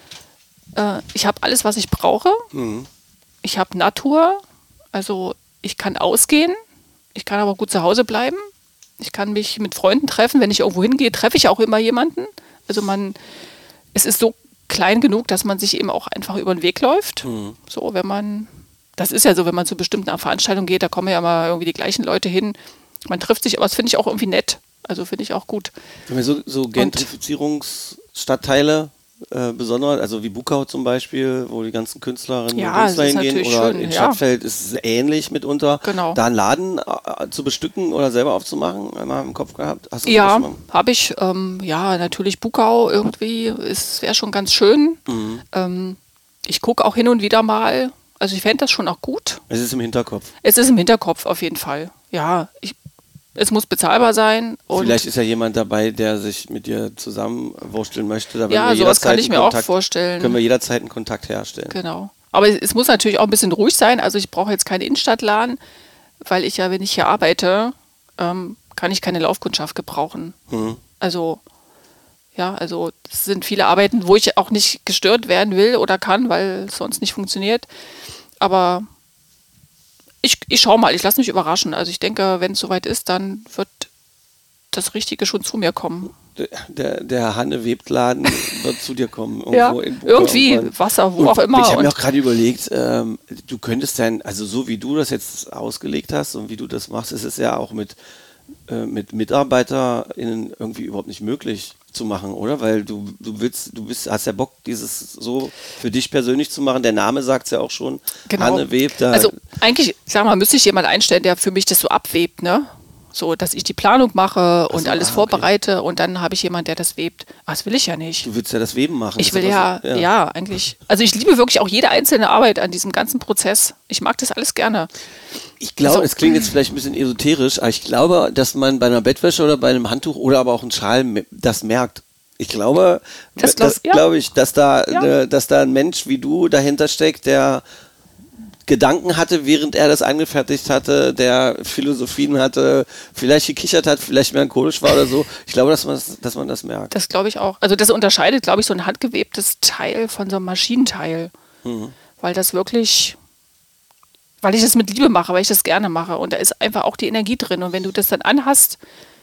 Äh, ich habe alles, was ich brauche. Mhm. Ich habe Natur. Also ich kann ausgehen. Ich kann aber gut zu Hause bleiben. Ich kann mich mit Freunden treffen. Wenn ich irgendwo hingehe, treffe ich auch immer jemanden. Also man, es ist so klein genug, dass man sich eben auch einfach über den Weg läuft. Mhm. So, wenn man, das ist ja so, wenn man zu bestimmten Veranstaltungen geht, da kommen ja immer irgendwie die gleichen Leute hin. Man trifft sich, aber das finde ich auch irgendwie nett. Also finde ich auch gut. Wenn wir so, so Gentrifizierungsstadtteile äh, besonders, also wie Buckau zum Beispiel, wo die ganzen Künstlerinnen Ja, und Künstler das ist hingehen, natürlich oder schön, in ja. Stadtfeld ist es ähnlich mitunter. Genau. Da einen Laden äh, zu bestücken oder selber aufzumachen, einmal im Kopf gehabt? Hast du Ja, das mal? habe ich. Ähm, ja, natürlich Buckau irgendwie. Es wäre schon ganz schön. Mhm. Ähm, ich gucke auch hin und wieder mal. Also ich fände das schon auch gut. Es ist im Hinterkopf. Es ist im Hinterkopf auf jeden Fall. Ja, ich, es muss bezahlbar sein. Und Vielleicht ist ja jemand dabei, der sich mit dir zusammenwursteln möchte. Da ja, wir sowas kann jederzeit ich mir einen auch Kontakt- vorstellen. Können wir jederzeit einen Kontakt herstellen. Genau. Aber es, es muss natürlich auch ein bisschen ruhig sein. Also ich brauche jetzt keinen Innenstadtladen, weil ich ja, wenn ich hier arbeite, ähm, kann ich keine Laufkundschaft gebrauchen. Mhm. Also, ja, also es sind viele Arbeiten, wo ich auch nicht gestört werden will oder kann, weil es sonst nicht funktioniert. Aber ich, ich schaue mal, ich lasse mich überraschen. Also ich denke, wenn es soweit ist, dann wird das Richtige schon zu mir kommen. Der, der Hanne-Webt-Laden wird zu dir kommen. Ja, Irgendwo in Buckau irgendwie, irgendwann. Wasser, wo Und auch immer. Ich habe mir Und auch gerade überlegt, ähm, du könntest dann, also so wie du das jetzt ausgelegt hast und wie du das machst, ist es ja auch mit, äh, mit MitarbeiterInnen irgendwie überhaupt nicht möglich zu machen, oder? Weil du, du willst, du bist, hast ja Bock, dieses so für dich persönlich zu machen. Der Name sagt es ja auch schon. Genau. Hanne Webt. Da, Also eigentlich, ich sag mal, müsste ich jemanden einstellen, der für mich das so abwebt, ne? So, dass ich die Planung mache und so, alles ah, okay. vorbereite und dann habe ich jemanden, der das webt. Aber das will ich ja nicht. du willst ja das Weben machen. Ich Das will ist ja, was- ja, eigentlich, also ich liebe wirklich auch jede einzelne Arbeit an diesem ganzen Prozess. Ich mag das alles gerne. Ich glaube, Also- es klingt jetzt vielleicht ein bisschen esoterisch, aber ich glaube, dass man bei einer Bettwäsche oder bei einem Handtuch oder aber auch einem Schal me- das merkt. Ich glaube, Das das, glaub- ja. glaube ich, dass da, Ja. äh, dass da ein Mensch wie du dahinter steckt, der Gedanken hatte, während er das angefertigt hatte, der Philosophien hatte, vielleicht gekichert hat, vielleicht melancholisch war oder so. Ich glaube, dass man das, dass man das merkt. Das glaube ich auch. Also das unterscheidet, glaube ich, so ein handgewebtes Teil von so einem Maschinenteil. Mhm. Weil das wirklich, weil ich das mit Liebe mache, weil ich das gerne mache. Und da ist einfach auch die Energie drin. Und wenn du das dann anhast,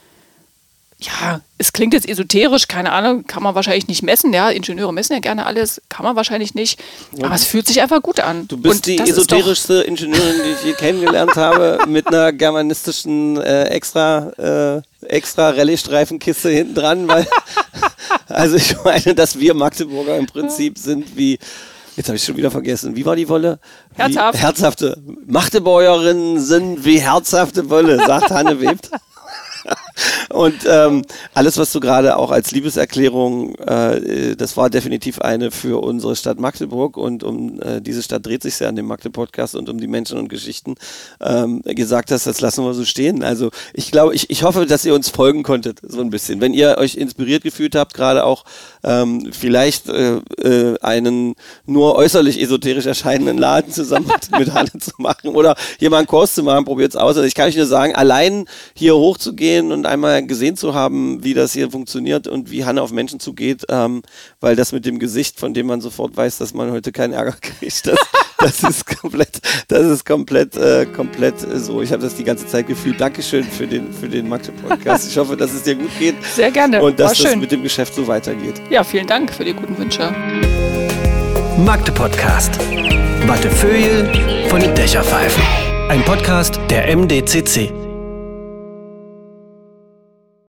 ja, es klingt jetzt esoterisch, keine Ahnung, kann man wahrscheinlich nicht messen. Ja, Ingenieure messen ja gerne alles, kann man wahrscheinlich nicht. Aber es fühlt sich einfach gut an. Du bist Und die das ist doch- esoterischste Ingenieurin, die ich je kennengelernt habe, mit einer germanistischen äh, extra, äh, extra Rallye-Streifenkiste hinten dran, weil also ich meine, dass wir Magdeburger im Prinzip sind wie, jetzt habe ich schon wieder vergessen, wie war die Wolle? Wie, Herzhaft. Herzhafte. Magdeburgerinnen sind wie herzhafte Wolle, sagt Hanne Webt. Und ähm, alles, was du gerade auch als Liebeserklärung, äh, das war definitiv eine für unsere Stadt Magdeburg und um äh, diese Stadt dreht sich ja an dem Magde-Podcast und um die Menschen und Geschichten ähm, gesagt hast, das lassen wir so stehen. Also ich glaube, ich, ich hoffe, dass ihr uns folgen konntet, so ein bisschen. Wenn ihr euch inspiriert gefühlt habt, gerade auch ähm, vielleicht äh, äh, einen nur äußerlich esoterisch erscheinenden Laden zusammen mit, mit Hanne zu machen oder hier mal einen Kurs zu machen, probiert es aus. Also ich kann euch nur sagen, allein hier hochzugehen und einmal gesehen zu haben, wie das hier funktioniert und wie Hanne auf Menschen zugeht, ähm, weil das mit dem Gesicht, von dem man sofort weiß, dass man heute keinen Ärger kriegt, das, das ist komplett, das ist komplett, äh, komplett so. Ich habe das die ganze Zeit gefühlt. Dankeschön für den, für den Magde-Podcast. Ich hoffe, dass es dir gut geht. Sehr gerne. Und dass War das schön. mit dem Geschäft so weitergeht. Ja, vielen Dank für die guten Wünsche. Magde-Podcast. Wattefeuille von den Dächerpfeifen. Ein Podcast der M D C C.